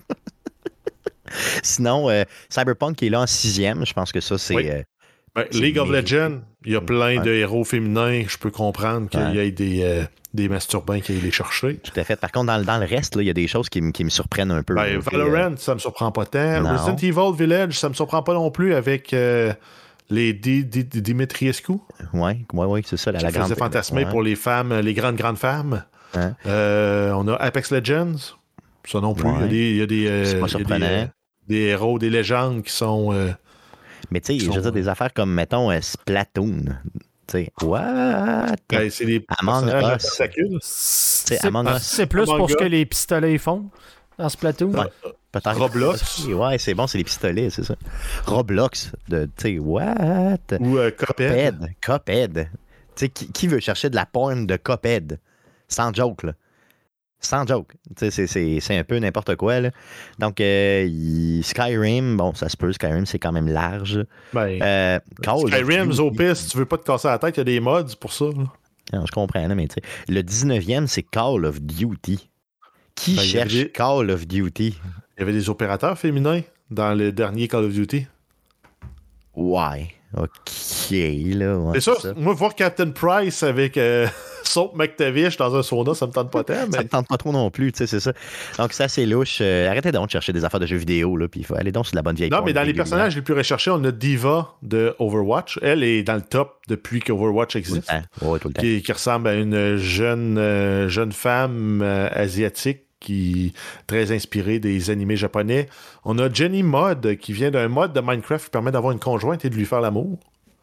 Sinon, euh, Cyberpunk qui est là en sixième, je pense que ça, c'est... Oui. Euh, Ben, League of Legends, il y a plein ouais. de héros féminins. Je peux comprendre qu'il ouais. y ait des, euh, des masturbants qui aillent les chercher. Tout à fait. Par contre, dans, dans le reste, il y a des choses qui, m- qui me surprennent un peu. Ben, Valorant, euh... ça me surprend pas tant. Non. Resident Evil Village, ça me surprend pas non plus avec euh, les D- D- D- Dimitriescu. Oui, oui, oui, c'est ça. La, la grande... faisait fantasmer ouais. pour les femmes, les grandes, grandes femmes. Hein? Euh, on a Apex Legends. Ça non plus. Ouais. Il y a des, il y a des, euh, c'est pas il y a des, euh, des héros, des légendes qui sont... Euh, Mais tu sais, je veux dire, des affaires comme, mettons, euh, Splatoon. Tu sais, what? Ben, c'est des Among Us. C'est, Among Us. C'est plus Among pour ce que les pistolets font dans Splatoon. Ouais, peut-être. Roblox. Ouais, c'est bon, c'est les pistolets, c'est ça. Roblox, de, tu sais, what? Ou euh, Cuphead. Cuphead. Cuphead. Tu sais, qui, qui veut chercher de la porn de Cuphead? Sans joke, là. Sans joke. C'est, c'est, c'est un peu n'importe quoi. Là. Donc, euh, il... Skyrim, bon, ça se peut. Skyrim, c'est quand même large. Ben, euh, Skyrim, Zopis, si tu veux pas te casser la tête, il y a des mods pour ça. Là. Non, je comprends, là, mais tu sais. Le dix-neuvième, c'est Call of Duty. Qui ben, cherche des... Call of Duty? Il y avait des opérateurs féminins dans le dernier Call of Duty. Ouais. OK, là. Ouais, c'est ça. ça. Moi, voir Captain Price avec euh, Soap McTavish dans un sauna, ça me tente pas tant. Mais... Ça me tente pas trop non plus, tu sais, c'est ça. Donc, ça, c'est louche. Euh, arrêtez donc de chercher des affaires de jeux vidéo, là, puis il faut aller donc sur la bonne vieille. Non, mais dans les personnages les plus recherchés, on a Diva de Overwatch. Elle est dans le top depuis qu'Overwatch existe. Oui, tout le temps. Qui, qui ressemble à une jeune, euh, jeune femme euh, asiatique qui est très inspirée des animés japonais. On a Jenny Mod, qui vient d'un mod de Minecraft qui permet d'avoir une conjointe et de lui faire l'amour.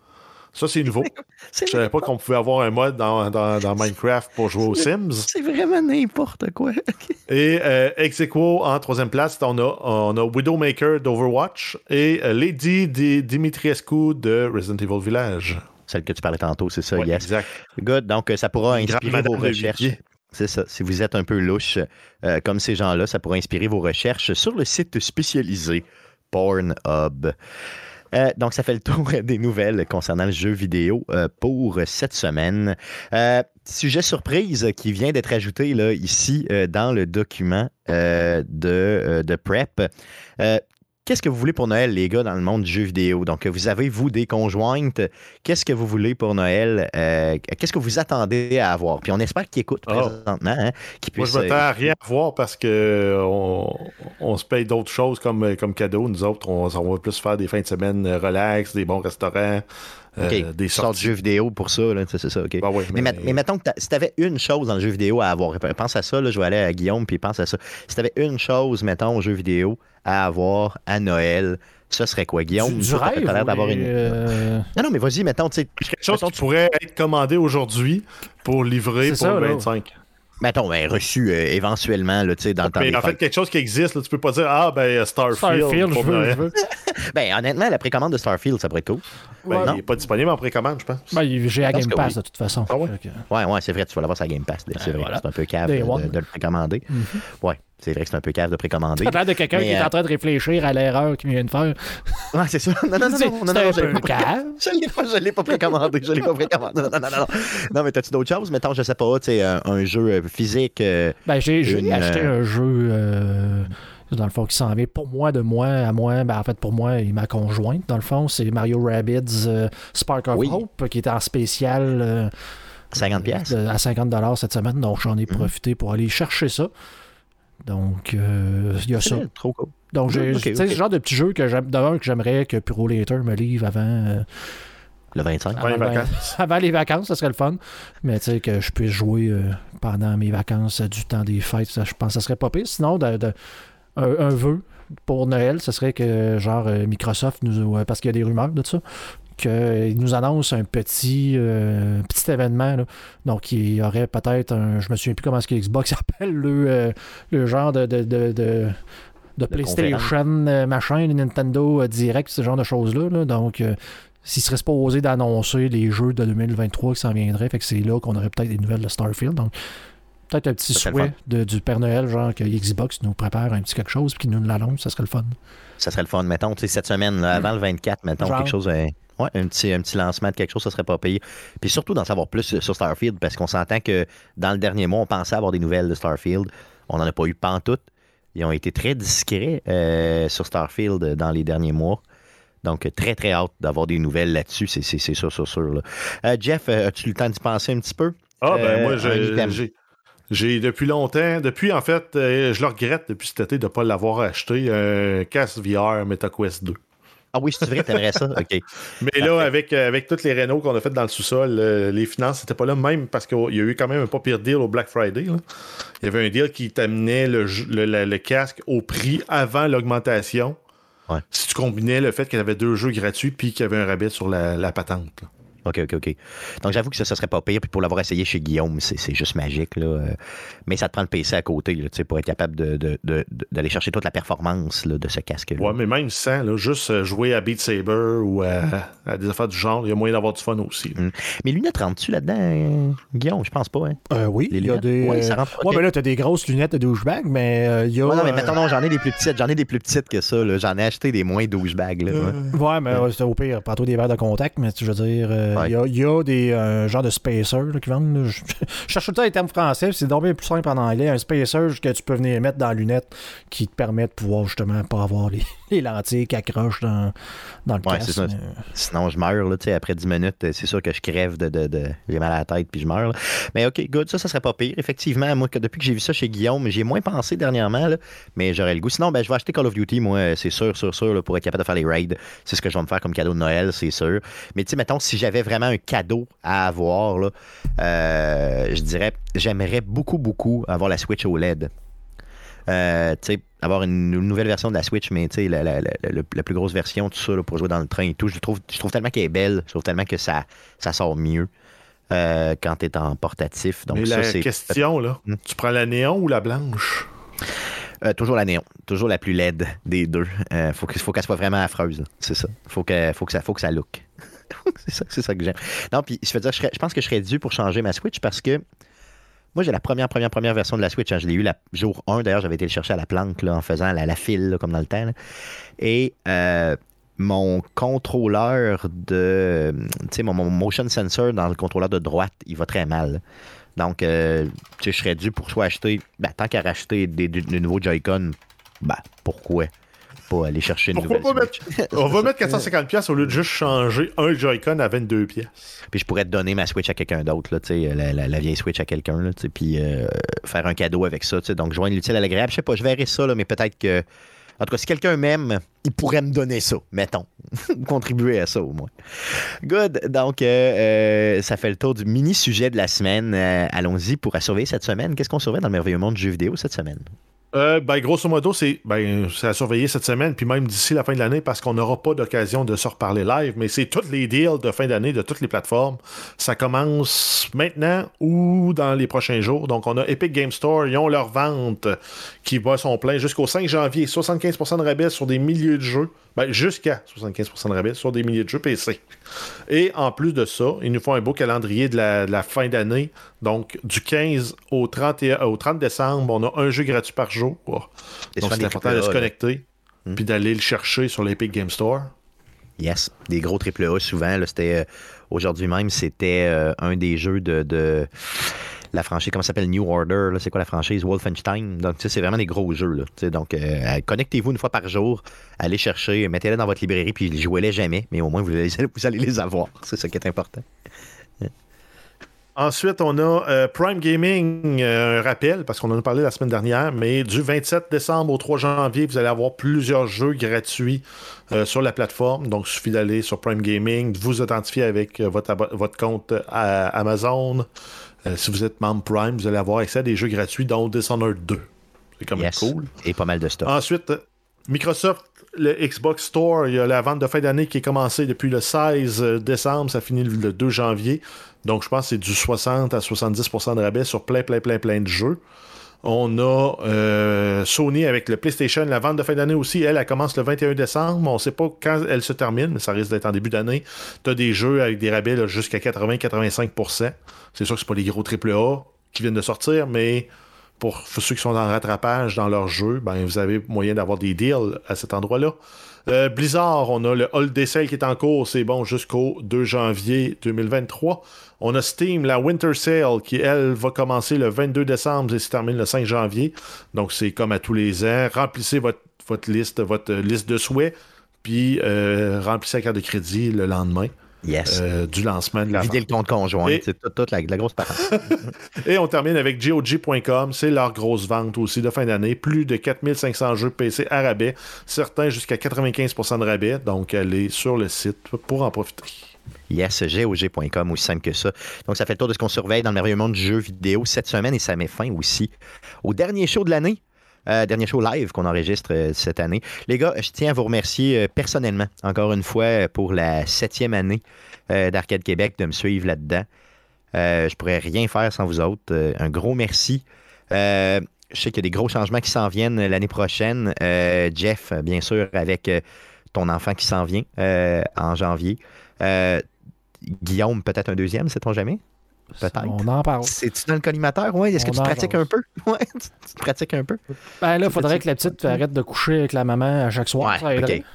Ça, c'est nouveau. C'est Je savais pas qu'on pouvait avoir un mode dans, dans, dans Minecraft pour jouer aux Sims. C'est vraiment n'importe quoi. Et euh, ex aequo, en troisième place, on a, on a Widowmaker d'Overwatch et euh, Lady Di- Dimitriescu de Resident Evil Village. Celle que tu parlais tantôt, c'est ça, ouais, yes. Exact. Good, donc ça pourra inspirer vos recherches. C'est ça. Si vous êtes un peu louche euh, comme ces gens-là, ça pourra inspirer vos recherches sur le site spécialisé Pornhub. Euh, donc, ça fait le tour des nouvelles concernant le jeu vidéo euh, pour cette semaine. Euh, sujet surprise qui vient d'être ajouté là, ici euh, dans le document euh, de, euh, de Prep. Euh, Qu'est-ce que vous voulez pour Noël, les gars, dans le monde du jeu vidéo? Donc, vous avez, vous, des conjointes. Qu'est-ce que vous voulez pour Noël? Euh, qu'est-ce que vous attendez à avoir? Puis on espère qu'ils écoutent oh. présentement. Hein, qu'ils puissent, Moi, je m'attends à rien avoir parce qu'on on se paye d'autres choses comme, comme cadeau. Nous autres, on, on va plus faire des fins de semaine relax, des bons restaurants. Okay. Euh, des sortes de jeux vidéo pour ça, là, c'est ça, OK. Ben oui, mais, mais, mais mettons que si tu avais une chose dans le jeu vidéo à avoir, pense à ça, là, je vais aller à Guillaume, puis pense à ça. Si tu avais une chose, mettons, au jeu vidéo à avoir à Noël, ça serait quoi, Guillaume? Du, du rêve, l'air d'avoir une... euh... Non, non, mais vas-y, mettons, tu sais... Quelque chose qui pourrait être commandé aujourd'hui pour livrer c'est pour ça, le vingt-cinq. Là. Mettons, ben, reçu euh, éventuellement, là, tu sais, dans le temps mais des en fait, fêtes. quelque chose qui existe, là, tu peux pas dire, ah, ben, Starfield. Starfield, je veux, je veux. Ben, honnêtement, la précommande de Starfield, ça pourrait être cool. Ben, ouais, il n'est pas disponible en précommande, je pense. Ben, j'ai la Game Pass, oui. de toute façon. Ah ouais? Okay. Ouais, ouais, c'est vrai, tu vas l'avoir sur la Game Pass. C'est vrai, voilà. C'est un peu cave de, de, de le précommander. Mm-hmm. Ouais, c'est vrai que c'est un peu cave de précommander. T'as l'air de quelqu'un mais, qui est en train de réfléchir à l'erreur qu'il vient de faire. Ouais, c'est ça. Non, non, non, non, non, non, non, je l'ai pas, je l'ai pas précommandé. Je l'ai pas précommandé. Non, non, non, non. Non, mais t'as-tu d'autres choses? Mettons, je sais pas, tu sais, un, un jeu physique. Euh, ben, j'ai, j'ai une, acheté euh... un jeu. Euh... Dans le fond, qui s'en vient pour moi, de moi à moi. Ben, en fait, pour moi et ma conjointe, dans le fond, c'est Mario Rabbids euh, Spark of oui. Hope, qui est en spécial euh, cinquante piastres à cinquante dollars cette semaine. Donc, j'en ai profité mm-hmm. pour aller chercher ça. Donc, il euh, y a c'est ça. Trop cool. Donc, j'ai, okay, okay. ce genre de petit jeu que, j'aime, que j'aimerais que Puro Later me livre avant... Euh, le vingt-cinq. Avant, les vacances. avant les vacances, ça serait le fun. Mais tu sais, que je puisse jouer euh, pendant mes vacances du temps des fêtes, ça, je pense que ça serait pas pire. Sinon, de... de Un, un vœu pour Noël, ce serait que genre euh, Microsoft nous, euh, parce qu'il y a des rumeurs de ça, qu'il nous annonce un petit euh, petit événement là. Donc il y aurait peut-être un, je me souviens plus comment est-ce que Xbox s'appelle le, euh, le genre de de, de, de, de PlayStation euh, machin, le Nintendo euh, Direct, ce genre de choses là, là. Donc euh, s'il serait supposé d'annoncer les jeux de deux mille vingt-trois qui s'en viendraient, fait que c'est là qu'on aurait peut-être des nouvelles de Starfield. Donc peut-être un petit ça souhait de, du Père Noël, genre que Xbox nous prépare un petit quelque chose et qu'il nous l'annonce, ça serait le fun. Ça serait le fun, mettons, tu sais, cette semaine, là, avant mmh. le vingt-quatre, mettons, genre. quelque chose, euh, ouais, un petit, un petit lancement de quelque chose, ça serait pas payé. Puis surtout d'en savoir plus sur Starfield, parce qu'on s'entend que dans le dernier mois, on pensait avoir des nouvelles de Starfield. On n'en a pas eu pantoute. Ils ont été très discrets euh, sur Starfield dans les derniers mois. Donc, très, très hâte d'avoir des nouvelles là-dessus, c'est, c'est, c'est sûr, sûr, sûr. Là. Euh, Jeff, euh, as-tu eu le temps d'y penser un petit peu? Ah, ben euh, moi, j'ai... j'ai... J'ai depuis longtemps, depuis en fait, euh, je le regrette depuis cet été de ne pas l'avoir acheté, un euh, casque V R MetaQuest deux. Ah oui, c'est vrai, t'aimerais ça? OK. Mais Parfait. Là, avec, avec toutes les rénaux qu'on a faites dans le sous-sol, euh, les finances n'étaient pas là, même parce qu'il y a eu quand même un pas pire deal au Black Friday. Là. Il y avait un deal qui t'amenait le, le, le, le casque au prix avant l'augmentation. Ouais. Si tu combinais le fait qu'il y avait deux jeux gratuits puis qu'il y avait un rabais sur la, la patente. Là. OK, OK, OK. Donc, j'avoue que ça, ça serait pas pire. Puis pour l'avoir essayé chez Guillaume, c'est, c'est juste magique. Là. Mais ça te prend le P C à côté là, pour être capable de, de, de, d'aller chercher toute la performance là, de ce casque-là. Ouais, mais même sans, là, juste jouer à Beat Saber ou à, à des affaires du genre, il y a moyen d'avoir du fun aussi. Mmh. Mais les lunettes rentrent-tu là-dedans, euh, Guillaume? Je pense pas. Hein? Euh, oui, les il y a des... Ouais, ça rentre... okay. ouais, mais là, t'as des grosses lunettes de douchebag, mais euh, il y a... Ouais, non, mais maintenant, non, j'en ai des plus petites. J'en ai des plus petites que ça. Là. J'en ai acheté des moins douchebags. Là, euh, ouais. ouais, mais ouais. c'est au pire. Pas trop des verres de contact, mais tu veux dire... Euh... euh, Ouais. y, a, y a des euh, genres de spacers là, qui vendent. Là. Je, je cherche tout le temps les termes français, c'est donc bien plus simple en anglais. Un spacer que tu peux venir mettre dans la lunette qui te permet de pouvoir justement pas avoir les, les lentilles qui accrochent dans, dans le Ouais, casque. c'est ça. Mais... Sinon, je meurs. Là, après dix minutes, c'est sûr que je crève de. de, de... J'ai mal à la tête puis je meurs. Là. Mais OK, good. Ça, ça serait pas pire. Effectivement, moi, que depuis que j'ai vu ça chez Guillaume, j'ai moins pensé dernièrement, là, mais j'aurais le goût. Sinon, ben, je vais acheter Call of Duty, moi, c'est sûr, sûr, sûr, là, pour être capable de faire les raids. C'est ce que je vais me faire comme cadeau de Noël, c'est sûr. Mais tu sais, mettons, si j'avais vraiment un cadeau à avoir, là, euh, je dirais, j'aimerais beaucoup, beaucoup avoir la Switch O L E D. Euh, tu sais, avoir une, une nouvelle version de la Switch, mais tu sais, la, la, la, la, la plus grosse version, tout ça, là, pour jouer dans le train et tout. Je trouve, je trouve tellement qu'elle est belle, je trouve tellement que ça, ça sort mieux euh, quand tu es en portatif. Donc, mais ça, la c'est... question, là, Hmm. tu prends la néon ou la blanche? Euh, toujours la néon, toujours la plus laide des deux. Euh, faut que, faut qu'elle soit vraiment affreuse, là. C'est ça. Faut que, faut que ça, faut que ça look. c'est ça, c'est ça que j'aime. Non, puis je veux dire, je, serais- je pense que je serais dû pour changer ma Switch parce que moi j'ai la première, première, première version de la Switch. Hein. Je l'ai eu la jour un. D'ailleurs, j'avais été le chercher à la planque là, en faisant la, la file là, comme dans le temps. Là. Et euh, mon contrôleur de, tu sais, mon, mon motion sensor dans le contrôleur de droite, il va très mal. Là. Donc, euh, tu sais, je serais dû pour soit acheter, ben, tant qu'à racheter des, des, des nouveaux Joy-Con, ben, pourquoi pas aller chercher une Pourquoi nouvelle pas Switch? mettre... On va mettre quatre cent cinquante dollars au lieu de juste changer un Joy-Con à vingt-deux pièces. Puis je pourrais te donner ma Switch à quelqu'un d'autre, là, tu sais, la, la, la vieille Switch à quelqu'un, là, tu sais, puis euh, faire un cadeau avec ça, tu sais, donc joindre l'utile à l'agréable. Je sais pas, je verrai ça, là, mais peut-être que... En tout cas, si quelqu'un m'aime, il pourrait me donner ça, mettons. Contribuer à ça, au moins. Good. Donc, euh, euh, ça fait le tour du mini-sujet de la semaine. Euh, allons-y pour surveiller cette semaine. Qu'est-ce qu'on surveille dans le merveilleux monde du jeu vidéo cette semaine? Euh, ben, grosso modo, c'est, ben, c'est à surveiller cette semaine, puis même d'ici la fin de l'année, parce qu'on n'aura pas d'occasion de se reparler live, mais c'est tous les deals de fin d'année de toutes les plateformes. Ça commence maintenant ou dans les prochains jours. Donc, on a Epic Game Store, ils ont leur vente qui va son plein jusqu'au cinq janvier. soixante-quinze pour cent de rabais sur des milliers de jeux. Ben, jusqu'à soixante-quinze pour cent de rabais sur des milliers de jeux P C. Et en plus de ça, ils nous font un beau calendrier de la, de la fin d'année. Donc, du quinze au trente, et un, au trente décembre, on a un jeu gratuit par jour. Oh. Donc, c'est important de se connecter Hmm. puis d'aller le chercher sur l'Epic Game Store. Yes, des gros triple A souvent. Là, c'était, euh, aujourd'hui même, c'était euh, un des jeux de, de la franchise, comment ça s'appelle, New Order. Là, c'est quoi la franchise? Wolfenstein. Donc, tu sais, c'est vraiment des gros jeux. Là, tu sais, donc, euh, connectez-vous une fois par jour, allez chercher, mettez-les dans votre librairie, puis jouez-les jamais, mais au moins, vous, les, vous allez les avoir. C'est ça qui est important. Ensuite, on a euh, Prime Gaming, euh, un rappel, parce qu'on en a parlé la semaine dernière, mais du vingt-sept décembre au trois janvier, vous allez avoir plusieurs jeux gratuits euh, sur la plateforme. Donc, il suffit d'aller sur Prime Gaming, de vous authentifier avec euh, votre, abo- votre compte à Amazon. Euh, si vous êtes membre Prime, vous allez avoir accès à des jeux gratuits, dont Dishonored deux. C'est quand même Yes. cool. Et pas mal de stuff. Ensuite, Microsoft, le Xbox Store, il y a la vente de fin d'année qui est commencée depuis le seize décembre, ça finit le deux janvier. Donc, je pense que c'est du soixante à soixante-dix pour cent de rabais sur plein, plein, plein, plein de jeux. On a euh, Sony avec le PlayStation. La vente de fin d'année aussi, elle, elle commence le vingt et un décembre. On ne sait pas quand elle se termine, mais ça risque d'être en début d'année. Tu as des jeux avec des rabais là, jusqu'à quatre-vingts à quatre-vingt-cinq pour cent. C'est sûr que ce pas les gros triple A qui viennent de sortir, mais pour ceux qui sont en rattrapage dans leurs jeux, ben, vous avez moyen d'avoir des deals à cet endroit-là. Euh, Blizzard, on a le Holiday Sale qui est en cours, c'est bon jusqu'au deux janvier deux mille vingt-trois. On a Steam, la Winter Sale, qui, elle, va commencer le vingt-deux décembre et se termine le cinq janvier. Donc, c'est comme à tous les ans. Remplissez votre, votre liste, votre liste de souhaits, puis euh, remplissez la carte de crédit le lendemain. Yes. Euh, du lancement de la Vider vente. le compte conjoint, Et- c'est toute, toute la, la grosse patente. Et on termine avec G O G point com, c'est leur grosse vente aussi de fin d'année. Plus de quatre mille cinq cents jeux P C à rabais, certains jusqu'à quatre-vingt-quinze pour cent de rabais. Donc, allez sur le site pour en profiter. Yes, G O G point com, aussi simple que ça. Donc, ça fait le tour de ce qu'on surveille dans le merveilleux monde du jeu vidéo cette semaine et ça met fin aussi au dernier show de l'année. Euh, dernier show live qu'on enregistre euh, cette année. Les gars, je tiens à vous remercier euh, personnellement, encore une fois, euh, pour la septième année euh, d'Arcade Québec, de me suivre là-dedans. Euh, je pourrais rien faire sans vous autres. Euh, un gros merci. Euh, je sais qu'il y a des gros changements qui s'en viennent l'année prochaine. Euh, Jeff, bien sûr, avec euh, ton enfant qui s'en vient euh, en janvier. Euh, Guillaume, peut-être un deuxième, sait-on jamais? Peut-être. On en parle. C'est-tu dans le collimateur? Ouais. Est-ce que On tu en pratiques parle. un peu? Ouais, tu, tu pratiques un peu? Ben là, il faudrait Petit- que la petite arrête de coucher avec la maman à chaque soir. Ouais, Ça aiderait. ok.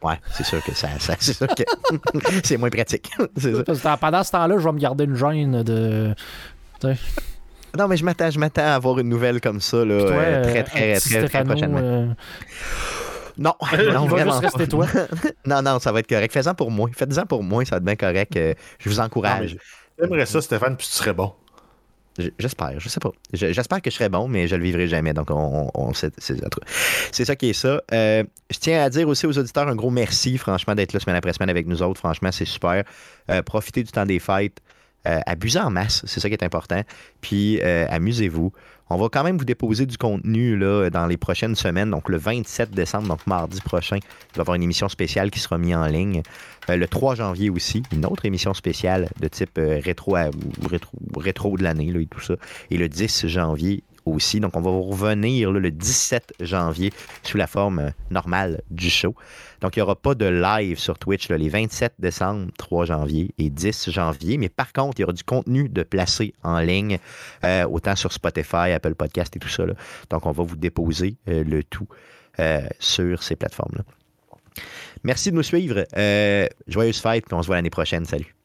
Ouais, c'est sûr que ça, ça c'est sûr que c'est moins pratique. C'est ça. Parce que pendant ce temps-là, je vais me garder une gêne de. T'sais. Non, mais je m'attends, je m'attends à avoir une nouvelle comme ça, là, Puis toi, euh, très, euh, très, très, très, Stéphano, prochainement. euh, Non, il non, va vraiment juste rester pas. toi. Non, non, ça va être correct. Fais-en pour moi. Faites-en pour moi, ça va être bien correct. Euh, je vous Non, mais encourage. J'aimerais ça, Stéphane, puis tu serais bon. J- J'espère, je sais pas. Je- J'espère que je serai bon, mais je le vivrai jamais. Donc, on, on, on- c'est, c'est, c'est ça qui est ça. Euh, je tiens à dire aussi aux auditeurs un gros merci, franchement, d'être là semaine après semaine avec nous autres. Franchement, c'est super. Euh, profitez du temps des fêtes. Euh, abusez en masse, c'est ça qui est important. Puis, euh, amusez-vous. On va quand même vous déposer du contenu là, dans les prochaines semaines. Donc, le vingt-sept décembre, donc mardi prochain, il va y avoir une émission spéciale qui sera mise en ligne. Euh, le trois janvier aussi, une autre émission spéciale de type euh, rétro, à- ou rétro, rétro de l'année là, et tout ça. Et le dix janvier aussi. Donc, on va vous revenir là, le dix-sept janvier sous la forme euh, normale du show. Donc, il n'y aura pas de live sur Twitch là, les vingt-sept décembre, trois janvier et dix janvier. Mais par contre, il y aura du contenu de placé en ligne, euh, autant sur Spotify, Apple Podcast et tout ça. Là. Donc, on va vous déposer euh, le tout euh, sur ces plateformes-là. Merci de nous suivre. Euh, joyeuses fêtes, puis on se voit l'année prochaine. Salut.